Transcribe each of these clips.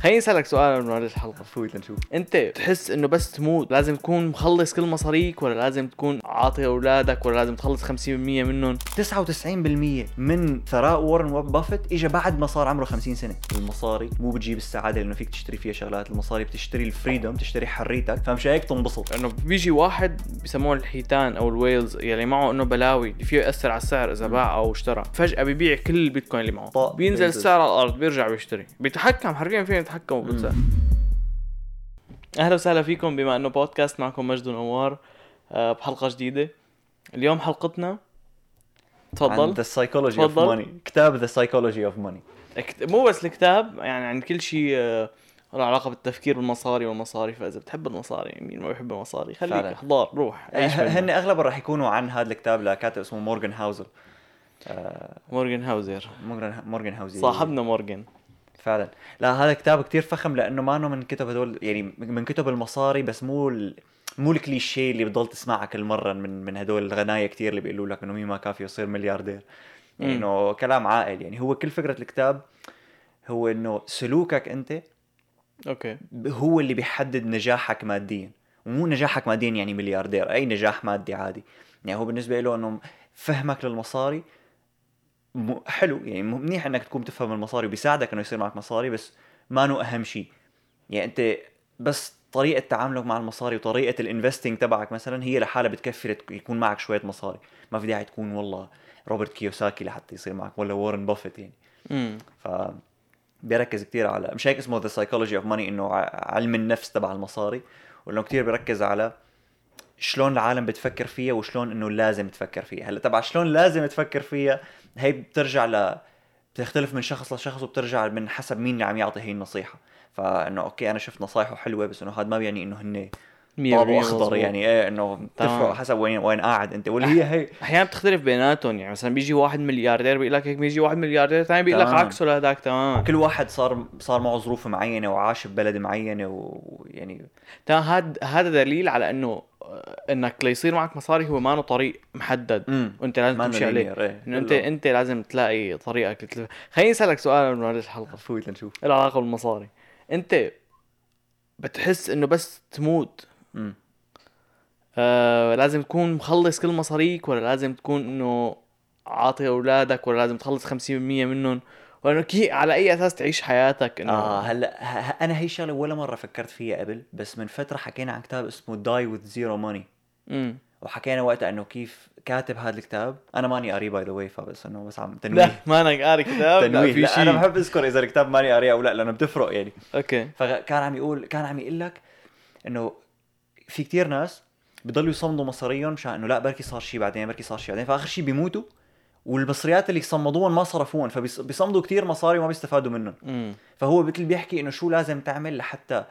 خليني اسالك سؤال من هذه الحلقه. فوت لنشوف. انت تحس انه بس تموت لازم تكون مخلص كل مصاريك، ولا لازم تكون عاطي اولادك، ولا لازم تخلص 50% منهم؟ 99% من ثراء وارن بافيت اجى بعد ما صار عمره 50 سنه. المصاري مو بتجيب السعاده لانه فيك تشتري فيها شغلات، المصاري بتشتري الفريدم، تشتري حريتك، فمش هيك تنبسط. انه بيجي واحد بيسموه الحيتان او الويلز يلي معه انه بلاوي فيه ياثر على السعر اذا باع او اشترى، فجاه بيبيع كل البيتكوين اللي معه، بينزل السعر على الارض، بيرجع بيشتري، بيتحكم حرفيا فيه يتحكم بالسعر. اهلا وسهلا فيكم بما انه بودكاست، معكم مجد ونوار بحلقه جديده. اليوم حلقتنا تفضل The Psychology of Money، كتاب The Psychology of Money. مو بس الكتاب، يعني عن كل شيء له علاقه بالتفكير بالمصاري والمصاري. فاذا بتحب المصاري، مين ما بيحب المصاري، خليك احضر روح عيش منه. هن اغلبهم راح يكونوا عن هذا الكتاب لكاتب اسمه مورغان هاوزر. مورغان هاوزر صاحبنا مورغان فعلا. لا هذا كتاب كتير فخم لانه ما انه من كتب هدول، يعني من كتب المصاري، بس مو الكليشيه اللي بتضل تسمعها كل مره من هدول الغنايه كتير اللي بيقولوا لك انه مين ما كافي يصير ملياردير، يعني انه كلام عاقل. يعني هو كل فكره الكتاب هو انه سلوكك انت اوكي هو اللي بيحدد نجاحك ماديا، ومو نجاحك ماديا يعني ملياردير، اي نجاح مادي عادي. يعني هو بالنسبه له انه فهمك للمصاري حلو، يعني منيح انك تكون تفهم المصاري وبيساعدك انه يصير معك مصاري، بس ما نو اهم شيء. يعني انت بس طريقه تعاملك مع المصاري وطريقه الانفستينج تبعك مثلا هي لحالها بتكفي يكون معك شويه مصاري. ما في داعي تكون والله روبرت كيوساكي لحتى يصير معك، ولا وارن بافيت يعني. ف بيركز كتير على، مش هيك اسمه The Psychology of Money، انه علم النفس تبع المصاري، وانه كتير بيركز على شلون العالم بتفكر فيها وشلون انه لازم تفكر فيها. هلا تبع شلون لازم تفكر فيها هي بترجع بتختلف من شخص لشخص، وبترجع من حسب مين اللي عم يعطي هي النصيحة. فانه اوكي انا شفت نصايحه حلوة، بس انه هذا ما بيعني انه هن طابو اخضر، يعني ايه انه تفرق حسب وين قاعد انت، واللي هي احيانا بتختلف بيناتهم. يعني مثلا بيجي واحد ملياردير بيقول لك هيك، بيجي واحد ملياردير ثاني بيقول لك عكسه لهداك تماما. كل واحد صار معه ظروف معينه وعاش ببلد معينه، ويعني هذا دليل على انك ليصير معك مصاري هو ما له طريق محدد وانت لازم تمشي عليه. انه انت لازم تلاقي طريقك. خليني اسالك سؤال من هذه الحلقه. فوت لنشوف. العلاقه بالمصاري، انت بتحس انه بس تموت لازم تكون مخلص كل مصاريك، ولا لازم تكون انه عاطي اولادك، ولا لازم تخلص 50% منهم، وانه على اي اساس تعيش حياتك؟ انه هلا انا هي الشغله ولا مره فكرت فيها قبل، بس من فتره حكينا عن كتاب اسمه Die with Zero Money. وحكينا وقتها انه كيف كاتب هذا الكتاب، انا ماني قاري باي ذا واي، فبس انه بس عم تنويه. لا ما انا قاري كتاب تنويه. لا انا بحب اذكر اذا الكتاب ماني قاريه او لا، لانه بتفرق يعني. اوكي. فكان عم يقول لك انه في كتير ناس بضلوا يصمدوا مصاريهم مشان انه لا بركي صار شيء بعدين، فاخر شيء بيموتوا والمصريات اللي صمدوهم ما صرفوهم، فبيصمدوا كتير مصاري وما بيستفادوا منهم. فهو مثل بيحكي انه شو لازم تعمل لحتى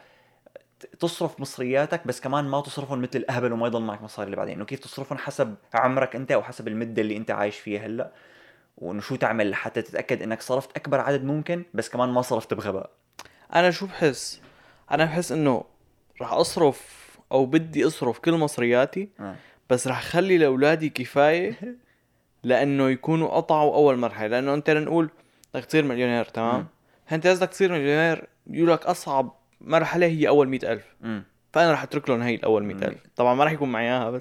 تصرف مصرياتك، بس كمان ما تصرفهم مثل الاهبل وما يضل معك مصاري اللي بعدين. انه كيف تصرفهم حسب عمرك انت او حسب المده اللي انت عايش فيها هلا، وانه شو تعمل لحتى تتاكد انك صرفت اكبر عدد ممكن بس كمان ما صرفت بغباء. انا شو بحس؟ انا بحس انه راح اصرف او بدي اصرف كل مصرياتي بس راح اخلي لاولادي كفايه لانه يكونوا قطعوا اول مرحله. لانه انت لنقول بدك تصير مليونير، تمام؟ انت قصدك تصير مليونير، يقول لك اصعب مرحله هي اول 100,000. فانا راح اترك لهم هي الاول 100,000. طبعا ما راح يكون معي اياها،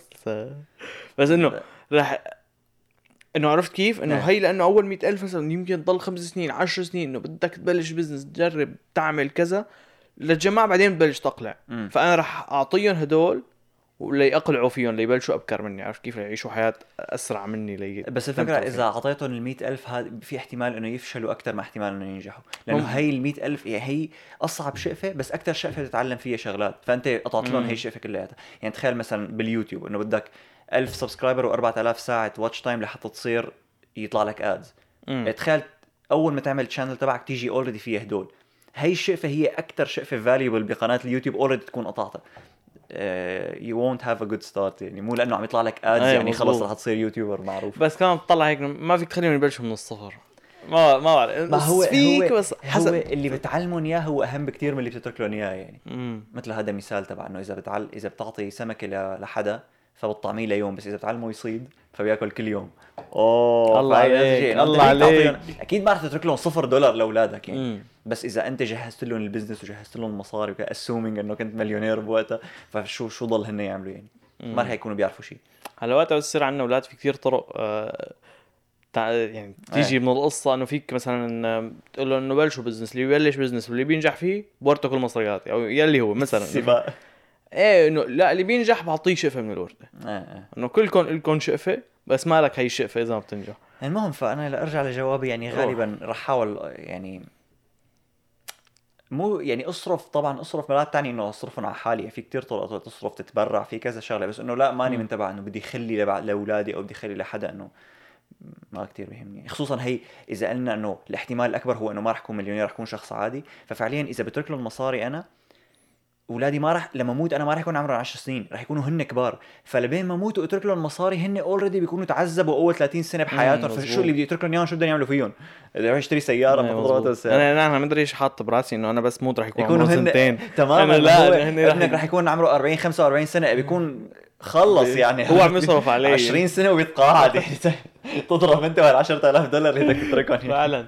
بس انه راح انه عرفت كيف انه هي، لانه اول 100,000 مثلا يمكن تضل 5 سنين 10 سنين انه بدك تبلش بزنس، تجرب تعمل كذا للجماعه، بعدين تبلش تقلع. فانا راح اعطيهم هدول ولا يقلعوا فيهم ليبلشوا ابكر مني، عارف كيف يعيشوا حياه اسرع مني بس الفكره اذا اعطيتهم ال100,000 هذا في احتمال انه يفشلوا اكثر ما احتمال انه ينجحوا، لانه هي ال100,000 هي اصعب شقفه بس اكثر شقفه تتعلم فيها شغلات. فانت قطعت لهم هي الشقفه كلياتها. يعني تخيل مثلا باليوتيوب انه بدك 1000 سبسكرايبر و4000 ساعه واتش تايم لحتى تصير يطلع لك ادز. تخيل اول ما تعمل الشانل تبعك تيجي اوريدي فيها هدول. هي الشقفه هي اكثر شقفه فاليبل بقناه اليوتيوب اوريدي تكون قطعتها. you won't have a good start، يعني مو لانه عم يطلع لك ادز يعني خلص رح تصير يوتيوبر معروف. بس كمان بتطلع هيك ما فيك تخليهم يبلشوا من الصفر. ما بعرف، ما هو فيك، بس حسب هو اللي بتعلمون اياه هو اهم بكتير من اللي بتترك لهم اياه يعني. مثل هذا مثال تبع انه اذا بتعطي سمكه لحدا فبالطعميه ليوم، بس اذا بتعلمه يصيد فبياكل كل يوم. اوه الله عليك، الله عليك. عليك. اكيد ما رح تترك لهم $0 لاولادك يعني. بس اذا انت جهزت لهم البزنس وجهزت لهم المصاري اسومينج انه كنت مليونير بوقتها، فشو ضل هن يعملوا يعني؟ ما رح يكونوا بيعرفوا شيء. هلا وقتها بتصير عندنا اولاد في كثير طرق يعني تيجي من القصه انه فيك مثلا تقول له انه بلشوا بزنس، اللي بيبلش بزنس واللي بينجح فيه بورته كل مصرياتي، او يلي هو مثلا سباق. ايه انه لا اللي بينجح بعطيه شقفه من الورده. انه كلكم لكم شقفه، بس مالك هي الشقفه اذا ما بتنجح. المهم فانا لارجع لجوابي يعني غالبا رح احاول يعني مو يعني اصرف ما لا تعني انه اصرفهم على حالي. في كتير طرق تصرف، تتبرع في كذا شغله، بس انه لا ماني من تبع انه بدي اخلي لاولادي او بدي اخلي لحدا، انه ما كتير بيهمني. خصوصا هي اذا قلنا انه الاحتمال الاكبر هو انه ما رح اكون مليونير، رح اكون شخص عادي. ففعليا اذا بترك لهم مصاري انا، اولادي ما رح لما اموت انا ما رح يكون عمرهم 10 سنين، رح يكونوا هن كبار. فلبين ما اموت واترك لهم مصاري هن اوريدي بيكونوا تعذبوا اول 30 سنه بحياتهم. فشو اللي بدي اترك لهم اياهم؟ شو بدهم يعملوا فيهم؟ اذا يروح يشتري سياره مفضله انا ما ادري ايش حاطط براسي انه انا بس موت رح يكون عمره سنتين تماما. لا ابنك رح يكون عمره 40 45 سنه بيكون خلص يعني، هو عم يصرف عليه 20 سنه وبيتقاعد يعني. تضرب انت وال $10,000 اللي بدك تتركهم فعلا.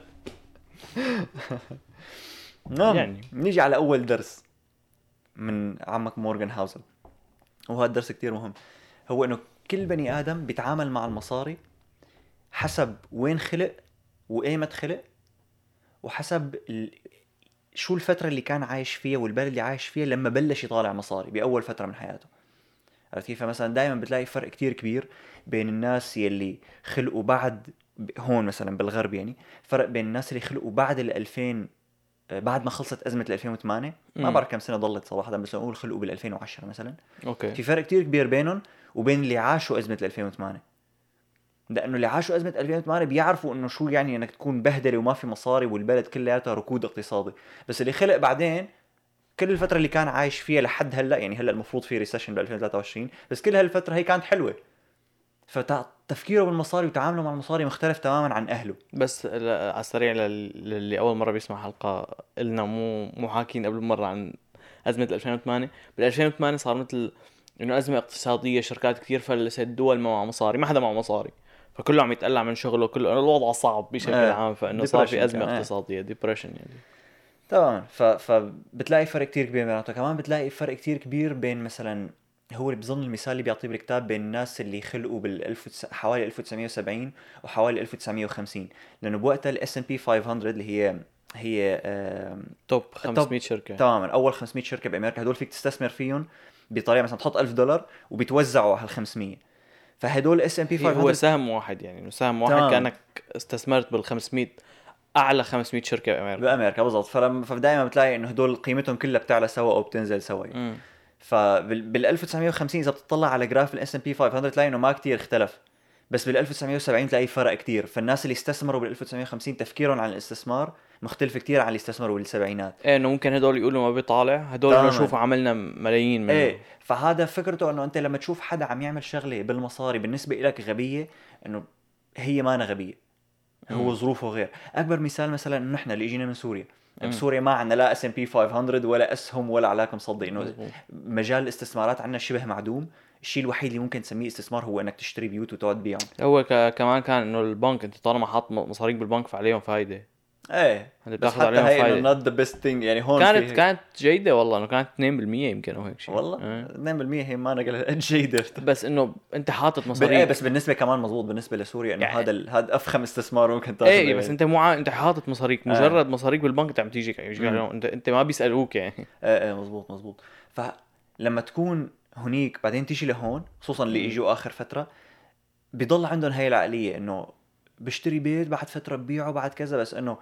يعني نيجي على اول درس من عمك مورغان هاوزل، وهذا الدرس كتير مهم. هو انه كل بني ادم بيتعامل مع المصاري حسب وين خلق وايمت خلق، وحسب شو الفتره اللي كان عايش فيها والبلد اللي عايش فيها لما بلش يطالع مصاري باول فتره من حياته. عرفت كيف؟ مثلا دائما بتلاقي فرق كتير كبير بين الناس يلي خلقوا بعد، هون مثلا بالغرب يعني، فرق بين الناس اللي خلقوا بعد 2000 بعد ما خلصت أزمة 2008. ما بعرف كم سنة ضلت صراحة، بس نقول خلقوا بال 2010 مثلا. اوكي. في فرق كتير كبير بينهم وبين اللي عاشوا أزمة 2008. لأنه اللي عاشوا أزمة 2008 بيعرفوا إنه شو يعني إنك تكون بهدلة وما في مصاري والبلد كلياتها ركود اقتصادي. بس اللي خلق بعدين كل الفترة اللي كان عايش فيها لحد هلا، يعني هلا المفروض في ريسيشن ب 2023، بس كل هالفترة هي كانت حلوة. فتفكيره بالمصاري وتعامله مع المصاري مختلف تماما عن أهله. بس على السريع للي أول مرة بيسمع حلقة قلنا مو حاكين قبل مرة عن أزمة 2008. بال 2008 صار مثل إنه أزمة اقتصادية، شركات كتير فلست، دول ما معه مصاري، ما حدا معه مصاري، فكله عم يتقلع من شغله، كله الوضع صعب بشكل عام، فإنه صار في أزمة اقتصادية، ديبريشن يعني. تمام. فبتلاقي فرق كتير كبير بيناتهم. كمان بتلاقي فرق كتير كبير بين مثلا، هو اللي بظن المثال اللي بيعطيه بالكتاب، بين الناس اللي خلقوا حوالي 1970 وحوالي 1950. لانه بوقتها الاس ان بي 500 اللي هي توب 500 شركه تماما، اول 500 شركه بامريكا، هدول فيك تستثمر فيهم بطريقه مثلا تحط $1000 وبيتوزعوا على ال 500. فهدول اس ان بي 500 هو سهم واحد، يعني سهم واحد كانك استثمرت بال 500 اعلى 500 شركه بامريكا بالضبط. فدائما بتلاقي انه هدول قيمتهم كلها بتعلى سوا او بتنزل سوا. فبال 1950 اذا بتطلع على جراف الاس ان بي 500 تلاقي انه ما كتير اختلف، بس بال 1970 تلاقي فرق كتير. فالناس اللي استثمروا بال 1950 تفكيرهم عن الاستثمار مختلف كتير عن اللي استثمروا بالسبعينات. ايه انه ممكن هدول يقولوا ما بيطالع، هدول انه شوفوا عملنا ملايين منه. ايه فهذا فكرته انه انت لما تشوف حدا عم يعمل شغله بالمصاري بالنسبه لك غبيه، انه هي ما أنا غبيه، هو ظروفه غير. اكبر مثال مثلا انه نحن اللي اجينا من سوريا، بسوريا ما عندنا لا اس ام بي 500 ولا اسهم ولا علاقه مصدق، انه مجال الاستثمارات عندنا شبه معدوم. الشيء الوحيد اللي ممكن تسميه استثمار هو انك تشتري بيوت وتقعد تبيعهم. هو كمان كان انه البنك انت طالما حاط مصاريك بالبنك فعليهم فايده. ايه بس حتى هي انه not the best thing يعني. هون كانت جيده والله، انه كانت 2% يمكن او هيك شيء. والله 2% هي ما نقل جيده، بس انه انت حاطط مصاريك. ايه بس بالنسبه كمان مضبوط بالنسبه لسوريا انه يعني هذا افخم استثمار ممكن تاخذه. ايه بس انت انت حاطط مصاريك، مجرد مصاريك بالبنك انت عم تيجيك انت ما بيسالوك يعني. ايه مضبوط. فلما تكون هنيك بعدين تيجي لهون، خصوصا اللي اجوا اخر فتره، بيضل عندهم هاي العقليه انه بشتري بيت بعد فتره ببيعه بعد كذا. بس انه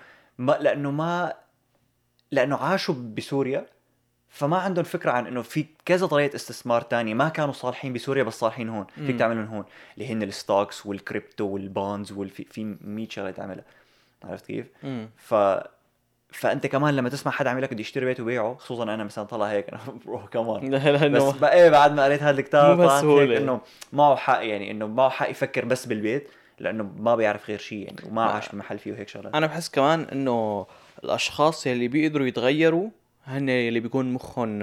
لانه عاشوا بسوريا، فما عندهم فكره عن انه في كذا طريقه استثمار تانية ما كانوا صالحين بسوريا بس صالحين هون. فيك تعملهم هون، اللي هن الستوكس والكريبتو والبونز في 100 شغله تعملها. عرفت كيف؟ فانت كمان لما تسمع حدا عامل لك بده يشتري بيت وبيعه، خصوصا انا مثلا طلع هيك انا بروح كمان بس بقى بعد ما قريت هذا الكتاب طلعت هيك انه معه حق، يعني انه معه حق يفكر بس بالبيت لانه ما بيعرف غير شيء يعني، وما عاش بمحل فيه وهيك شغلات. انا بحس كمان انه الاشخاص اللي بيقدروا يتغيروا هن اللي بيكون مخهم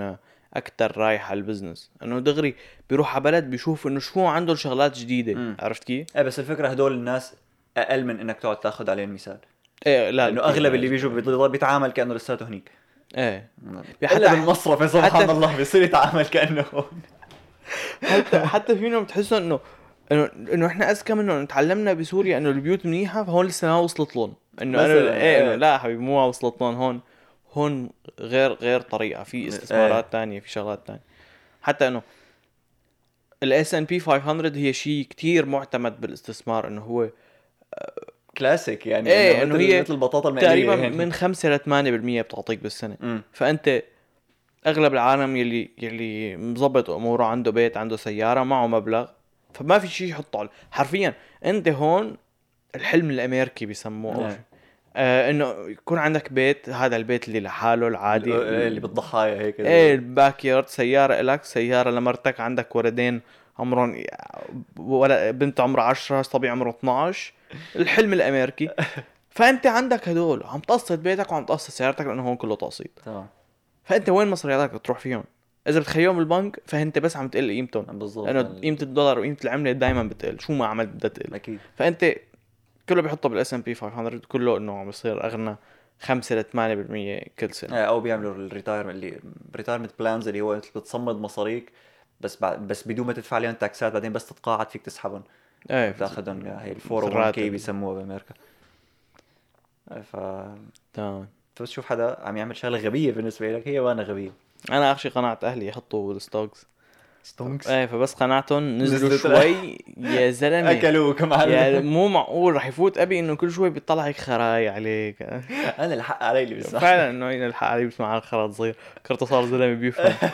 اكتر رايح على البزنس، انه دغري بيروح على بلد بيشوف انه شو عنده شغلات جديده. عرفت كيف؟ بس الفكره هدول الناس اقل من انك تقعد تاخذ عليهم مثال. ايه لا، لانه اغلب اللي بيجوا بيضل بيتعامل كانه لساته هنيك. ايه الا بالمصرف سبحان الله بيصير يتعامل كانه هون. حتى فينا بتحسوا انه احنا اذكى منه، تعلمنا بسوريا انه البيوت منيحه، فهون لسه ما وصلت لهم انه انا انه لا حبيبي مو وصلت لهم. هون غير طريقه، في استثمارات تانية، في شغلات تانية. حتى انه S&P 500 هي شيء كتير معتمد بالاستثمار، انه هو كلاسيك يعني. ايه انه هي مثل البطاطا المقليه تقريبا يعني. من 5 ل 8% بتعطيك بالسنه. فانت اغلب العالم يلي مظبط اموره، عنده بيت، عنده سياره، معه مبلغ، فما في شيء يحطه حرفيا. انت هون الحلم الامريكي بيسموه او شيء، انه يكون عندك بيت، هذا البيت اللي لحاله العادي اللي بالضحايا هيك. ايه الباك يارد، سياره لك، سياره لمرتك، عندك ولدين عمرهم ولا بنت عمرها 10، صبي عمره 12، الحلم الامريكي. فانت عندك هدول عم تقسط بيتك وعم تقسط سيارتك، لانه هون كله تقسيط. تمام. فانت وين مصرياتك بتروح فيهم؟ اذا بتخيوهم بالبنك فانت بس عم تقل قيمتهم، بالضبط. لانه قيمه الدولار وقيمه العمله دائما بتقل، شو ما عملت بدها تقل اكيد. فانت كله بيحطه بالS&P 500، كله انه عم يصير اغنى 5 ل 8% كل سنه. او بيعملوا الريتايرمنت بلانز اللي هو بتصمد مصاريك بس بدون ما تدفع عليهم تاكسات، بعدين بس تتقاعد فيك تسحبهم. ايه تاخذهم هي 401k بيسموها بامريكا. ف تمام. بس شوف حدا عم يعمل شغله غبيه بالنسبه لك، هي وانا غبيه. انا اخر شيء قنعت اهلي يحطوا الستوكس. ستونكس. ايه فبس قنعتهم نزلوا شوي يا زلمه، اكلوا كمان. يعني مو معقول رح يفوت ابي انه كل شوي بيطلع هيك خراي عليك. انا الحق علي اللي بسمع. فعلا انه هين الحق علي بيسمع على الخرا صغير، كرته صار زلمه بيفهم.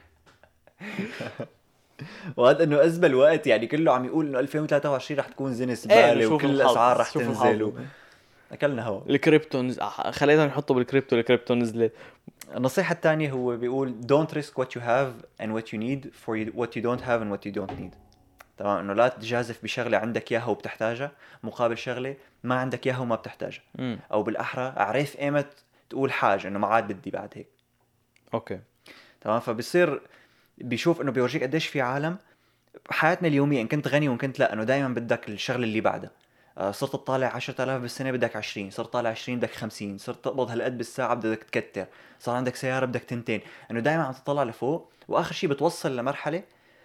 وهذا انه ازبل وقت يعني، كله عم يقول انه 2023 رح تكون زين زباله وكل الاسعار رح تنزل اكلنا هوا. الكريبتو خليتهم يحطوا بالكريبتو، الكريبتو نزلت. النصيحة الثانية هو بيقول don't risk what you have and what you need for what you don't have and what you don't need. تمام. انه لا تجازف بشغلة عندك اياها وبتحتاجها مقابل شغلة ما عندك اياها وما بتحتاجها. او بالاحرى اعرف ايمت تقول حاجة انه ما عاد بدي بعد هيك. اوكي تمام. فبصير بيشوف انه بيورجيك قديش في عالم بحياتنا اليومية، ان كنت غني وان كنت لا، انه دايما بدك الشغلة اللي بعدها. صرت تطالع 10,000 بالسنة بدك 20، صرت طالع 20 بدك 50، صرت تقبض هالقد بالساعة بدك تكتر، صار عندك سيارة بدك تنتين. انه دائما عم تطلع لفوق، واخر شيء بتوصل لمرحلة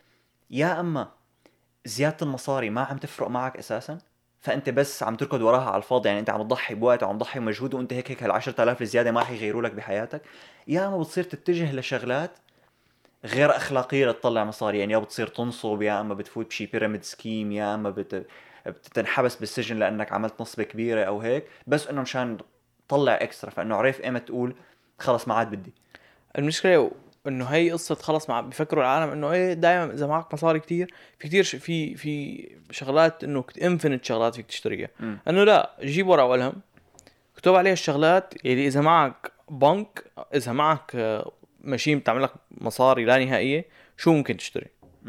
يا اما زيادة المصاري ما عم تفرق معك اساسا، فانت بس عم تركض وراها على الفاضي، يعني انت عم تضحي بوقت وعم تضحي بمجهود وانت هيك هال 10,000 الزيادة ما حيغيروا لك بحياتك. يا اما بتصير تتجه لشغلات غير اخلاقية لتطلع مصاري، يعني يا بتصير تنصب، يا اما بتفوت بشي بيراميد سكيم، يا اما بتنحبس بالسجن لانك عملت نصبة كبيرة او هيك، بس انه مشان تطلع اكسترا. فانه عرف ايمت تقول خلص ما عاد بدي. المشكله انه هي قصه خلص مع بيفكروا العالم انه ايه دائما اذا معك مصاري كتير في كتير في شغلات انه انفينيت شغلات فيك تشتريها. انه لا، جيب ورقه وقلم اكتب عليها الشغلات اللي اذا معك بنك، اذا معك ماشين بتعمل لك مصاري لا نهائيه، شو ممكن تشتري.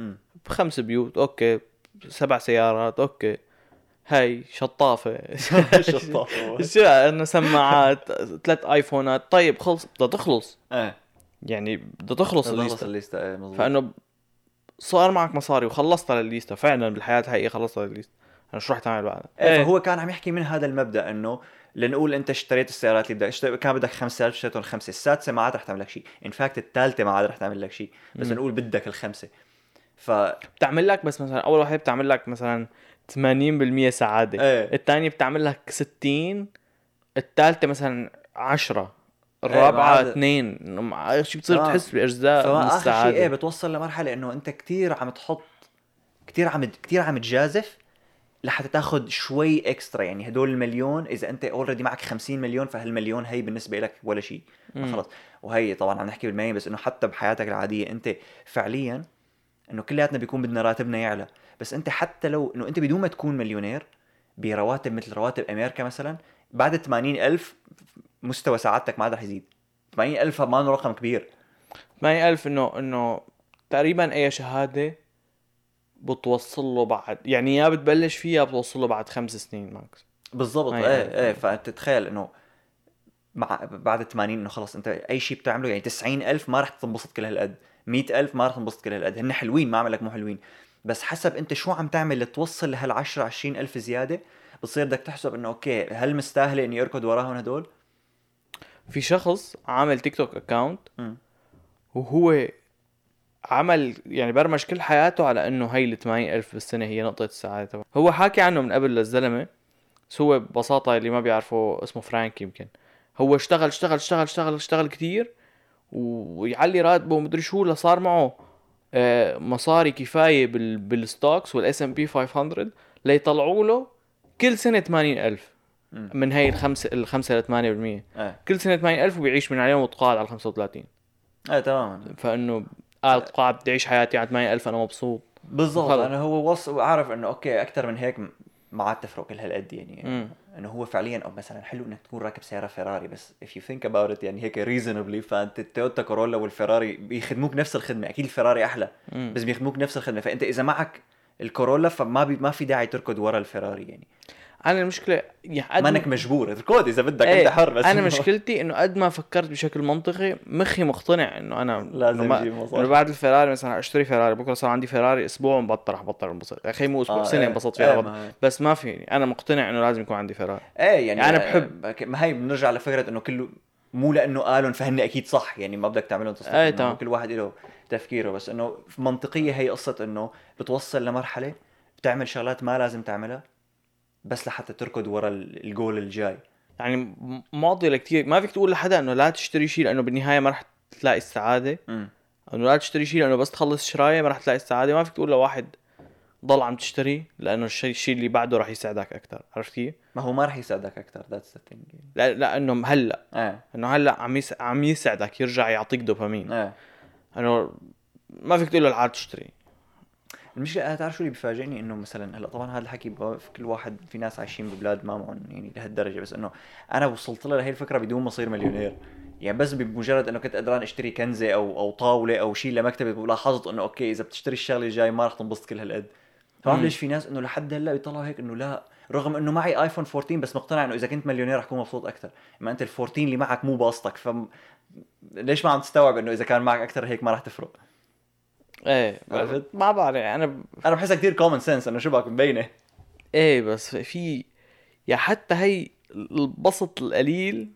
5 بيوت اوكي، 7 سيارات اوكي، هاي شطافة شطافة شو انه سماعات، 3 ايفونات، طيب خلص بدها تخلص. يعني بدها تخلص الليستة. مظبوط. فانه صار معك مصاري وخلصت على الليستة فعلا بالحياة الحقيقية، خلصت على الليستة، انا شو رح تعمل بعدها؟ فهو كان عم يحكي من هذا المبدأ انه لنقول انت اشتريت السيارات اللي بدك كان بدك 5 سيارات اشتريتهم 5، السادسة ما عاد رح تعمل لك شيء، ان فاكت الثالثة ما عاد رح تعمل لك شيء، بس نقول بدك ال5. بتعمل لك بس مثلا اول واحدة بتعمل لك مثلا 80% سعادة، الثانية بتعمل لك 60، الثالثة مثلا 10، الرابعة 2، شو بتصير تحس بأجزاء من السعادة. شيء بتوصل لمرحلة انه انت كتير عم تحط كتير عم تجازف لحتى تاخد شوي اكسترا. يعني هدول المليون اذا انت اوريدي معك 50 مليون فهالمليون هي بالنسبة لك ولا شيء خلص. وهي طبعا عم نحكي بالملايين، بس انه حتى بحياتك العادية انت فعليا انه كلياتنا بيكون بدنا راتبنا يعلى، بس انت حتى لو انه انت بدون ما تكون مليونير برواتب مثل رواتب امريكا مثلا، بعد 80,000 مستوى سعادتك ما عاد رح يزيد. 80,000 ما انه رقم كبير. 80,000 انه تقريبا اي شهادة بتوصل له بعد، يعني يا بتبلش فيها بتوصل له بعد 5 سنين ماكس. بالضبط. فانت تتخيل انه بعد 80 انه خلص انت اي شيء بتعمله يعني 90,000 ما راح تنبسط كل هالقد، 100,000 ما راح تنبسط كل هالقد. هن حلوين، ما عملك مو حلوين، بس حسب انت شو عم تعمل لتوصل لهال10 20,000 زياده. بتصير بدك تحسب انه اوكي هل مستاهله اني اركض وراهم هدول. في شخص عامل تيك توك اكاونت وهو عمل يعني برمج كل حياته على انه هي ال 80,000 بالسنه هي نقطه السعاده تبعه. هو حاكي عنه من قبل للزلمه، بس هو ببساطه اللي ما بيعرفه اسمه فرانك يمكن. هو اشتغل كتير ويعلي راتبه ومدري شو، لصار معه مصاري كفايه بالستوكس والاس ام بي 500 ليطلعوا له كل سنه 80,000 من هاي الخمسة ل 8%. كل سنه 80,000 وبيعيش من عليهم وتقاعد على 35. تماما. فانه قاعد بدي اعيش حياتي على 80,000 انا مبسوط بالضبط. انا هو وعارف انه اوكي اكثر من هيك ما عاد تفرق كل هالقد يعني. انه هو فعليا او مثلا حلو انك تكون راكب سياره فيراري، بس if you think about it يعني هيك reasonably، فانت التويوتا كورولا والفيراري بيخدموك نفس الخدمه. اكيد الفيراري احلى بس بيخدموك نفس الخدمه. فانت اذا معك الكورولا ما في داعي تركض ورا الفيراري يعني. انا المشكله يعني ما انك مجبور تركض اذا بدك انت حر. بس انا مشكلتي انه قد ما فكرت بشكل منطقي مخي مقتنع انه انا لازم اجيب مصاري. انه بعد الفيراري مثلا اشتري فيراري، بكره صار عندي فيراري اسبوع ومبطل بطل انبسط. يا اخي مو اسبوع سنه انبسط فيها بس ما فيني. انا مقتنع انه لازم يكون عندي فيراري. يعني انا بحب ما هي بنرجع لفكره انه كله مو لانه قالوا فهن اكيد صح يعني، ما بدك تعملهم تصنيف. كل واحد له تفكيره، بس انه منطقيه هي قصه انه بتوصل لمرحله بتعمل شغلات ما لازم تعملها بس لحتى تركض ورا الجول الجاي. يعني معضله كتير. ما فيك تقول لحدا انه لا تشتري شيء لانه بالنهايه ما رح تلاقي السعاده. انه لا تشتري شيء لانه بس تخلص شرايه ما رح تلاقي السعاده. ما فيك تقول لواحد ضل عم تشتري لانه الشيء اللي بعده رح يساعدك اكثر. عرفت كيف؟ ما هو ما رح يساعدك اكثر. ذاتس ذا ثينج. لا انه هلا انه هلا عم يساعدك يرجع يعطيك دوبامين. انه ما فيك تقول له العاد تشتري. المشكلة أنا تعرف شو اللي بيفاجئني إنه مثلا هلا طبعا هذا الحكي في كل واحد، في ناس عايشين ببلاد ما معهم يعني لهالدرجة، بس إنه أنا وصلت لهي الفكرة بدون ما أصير مليونير يعني. بس بمجرد إنه كنت قدران أشتري كنزة أو طاولة أو شيء لمكتبي، ولاحظت إنه أوكي إذا بتشتري الشغلة الجاي ما رح تنبسط كل هالقد. فعرف ليش في ناس إنه لحد هلا بيطلعوا هيك إنه لا، رغم إنه معي آيفون 14 بس مقتنع إنه إذا كنت مليونير رح أكون مبسوط أكثر. ما أنت ال14 اللي معك مو باسطك، ليش ما عم تستوعب إنه إذا كان معك أكثر هيك ما رح تفرق؟ ايه ما بعرف. انا بحسها كتير كومن سنس. انا شو بك مبينه. ايه بس في يا حتى هي البسط القليل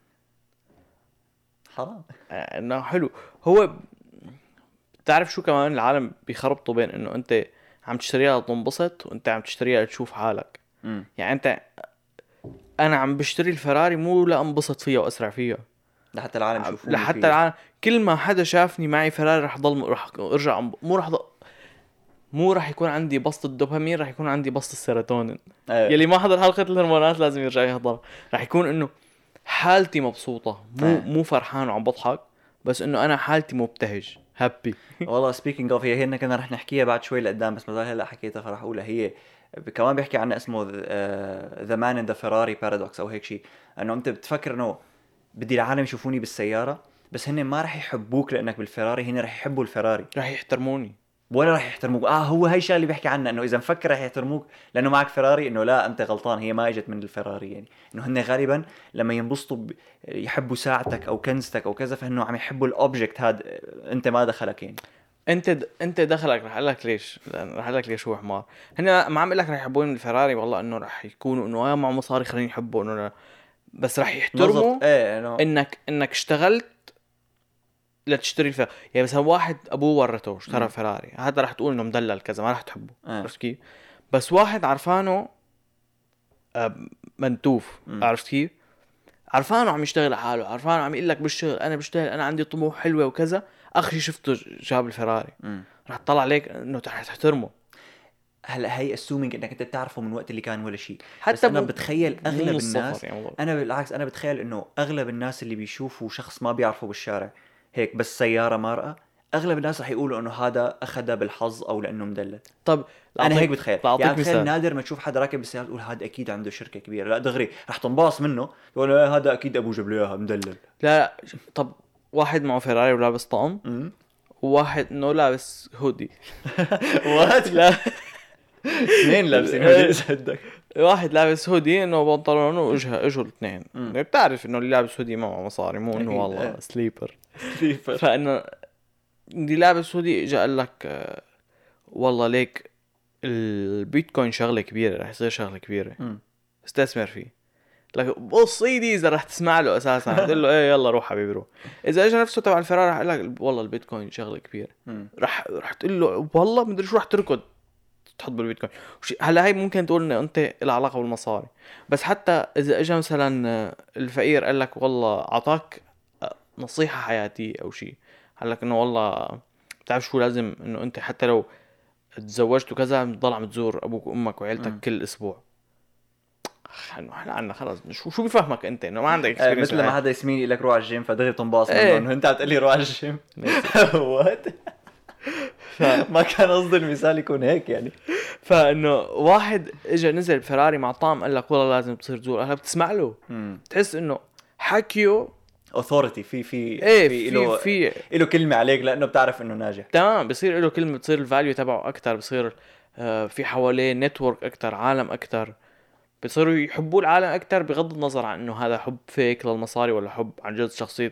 حرام. انه حلو. هو بتعرف شو كمان العالم بيخربطوا بين انه انت عم تشتريها لتنبسط وانت عم تشتريها لتشوف حالك. يعني انا عم بشتري الفراري مو لانبسط فيها واسرع فيها، لحتى العالم يشوفوني لحتى العالم كل ما حدا شافني معي فراري رح ارجع مو رح يكون عندي بسط الدوبامين، رح يكون عندي بسط السيروتونين. يلي ما حضر حلقة الهرمونات لازم يرجع يحضر. رح يكون انه حالتي مبسوطة، مو فرحان وعم بضحك، بس انه انا حالتي مبتهج هابي. والله سبيكينج اوف هي كنا رح نحكيها بعد شوي لقدام، بس ما زال هلا حكيتها فرح اقولها. هي كمان بيحكي عنها اسمه ذا مان ان ذا فيراري بارادوكس او هيك شيء. انه انت بتفكر انه بدي العالم يشوفوني بالسيارة، بس هن ما رح يحبوك لانك بالفيراري، هن رح يحبوا الفيراري، رح يحترموني ولا رح يحترموك. هو هاي الشيء اللي بيحكي عنه، انه اذا مفكر رح يحترموك لانه معك فيراري، انه لا انت غلطان. هي ما اجت من الفيراري يعني. انه هن غالبا لما ينبسطوا يحبوا ساعتك او كنزتك او كذا، فانه عم يحبوا الاوبجكت هذا. انت ما دخلك يعني. انت دخلك. رح اقول لك ليش. رح اقول لك ليش هو حمار. هنا ما عم اقول لك رح يحبوني من الفيراري والله انه رح يكونوا انه معه مصاري خليني يحبوا انه، بس رح يحترموا انك اشتغلت لتشتري الفيراري. يعني مثلا واحد ابوه ورثه اشترى فيراري، هذا رح تقول انه مدلل كذا ما رح تحبه. عرفت كيف؟ بس واحد عرفانه منتوف، عرفت كيف؟ عرفانه عم يشتغل على حاله، عرفانه عم يقول لك بالشغل انا بشتغل، انا عندي طموح حلوه وكذا، اخي شفته جاب الفيراري، رح تطلع عليك انه تحترمه. هلا هي اسومينج انك انت بتعرفه من وقت اللي كان ولا شيء. حتى انا بتخيل اغلب الناس يعني انا بالعكس انا بتخيل انه اغلب الناس اللي بيشوفوا شخص ما بيعرفه بالشارع هيك بس سياره مارقه، اغلب الناس رح يقولوا انه هذا اخذها بالحظ او لانه مدلل. طب انا هيك بتخيل يعني. بتخيل نادر ما تشوف حدا راكب بالسياره تقول هذا اكيد عنده شركه كبيره. لا دغري رح تنباص منه تقول هذا اكيد ابو جاب له اياها مدلل. لا طب واحد معه فيراري ولابس طقم وواحد انه لابس هودي. وات لا اثنين لابسين هودي صدق. واحد لابس هودي انه بنطلونه واجوا الاثنين، بتعرف انه اللي لابس هودي ما معه مصاري، مو انه والله سليبر. فانه اللي لابس هودي اجى قال لك والله ليك البيتكوين شغله كبيره، رح يصير شغله كبيره، استثمر فيه. لك بص ايدي اذا رح تسمع له اساسا تقول له ايه يلا روح حبيبي روح. اذا اجى نفسه تبع الفرار رح يقول لك والله البيتكوين شغله كبيره، رح تقول له والله مدري شو رح تركض تحط بالبيتكوين. هلا هاي ممكن تقول انه انت لها علاقه بالمصاري، بس حتى اذا اجى مثلا الفقير قال لك والله اعطاك نصيحه حياتيه او شيء، قال لك انه والله بتعرف شو لازم انه انت حتى لو تزوجت وكذا بتضل عم تزور ابوك وامك وعيلتك كل اسبوع. احنا عنا خلص شو بفهمك انت انه ما عندك اكسبيرينس. مثل ما حدا يسميني يقول لك روح على الجيم فدغري تنباص منه انه انت عم تقول لي روح على الجيم. وات ما كان قصدي المثال يكون هيك يعني. فانه واحد اجى نزل فراري مع طعم قال لك والله لازم تصير تزور، هلا بتسمع له تحس انه حكيه اوثوريتي في له كلمه عليك لانه بتعرف انه ناجح. تمام، بصير له كلمه، بتصير الفاليو تبعه اكثر، بصير في حواليه نتورك اكثر، عالم اكثر، بصيروا يحبوا العالم اكثر بغض النظر عن انه هذا حب فيك للمصاري ولا حب عن جد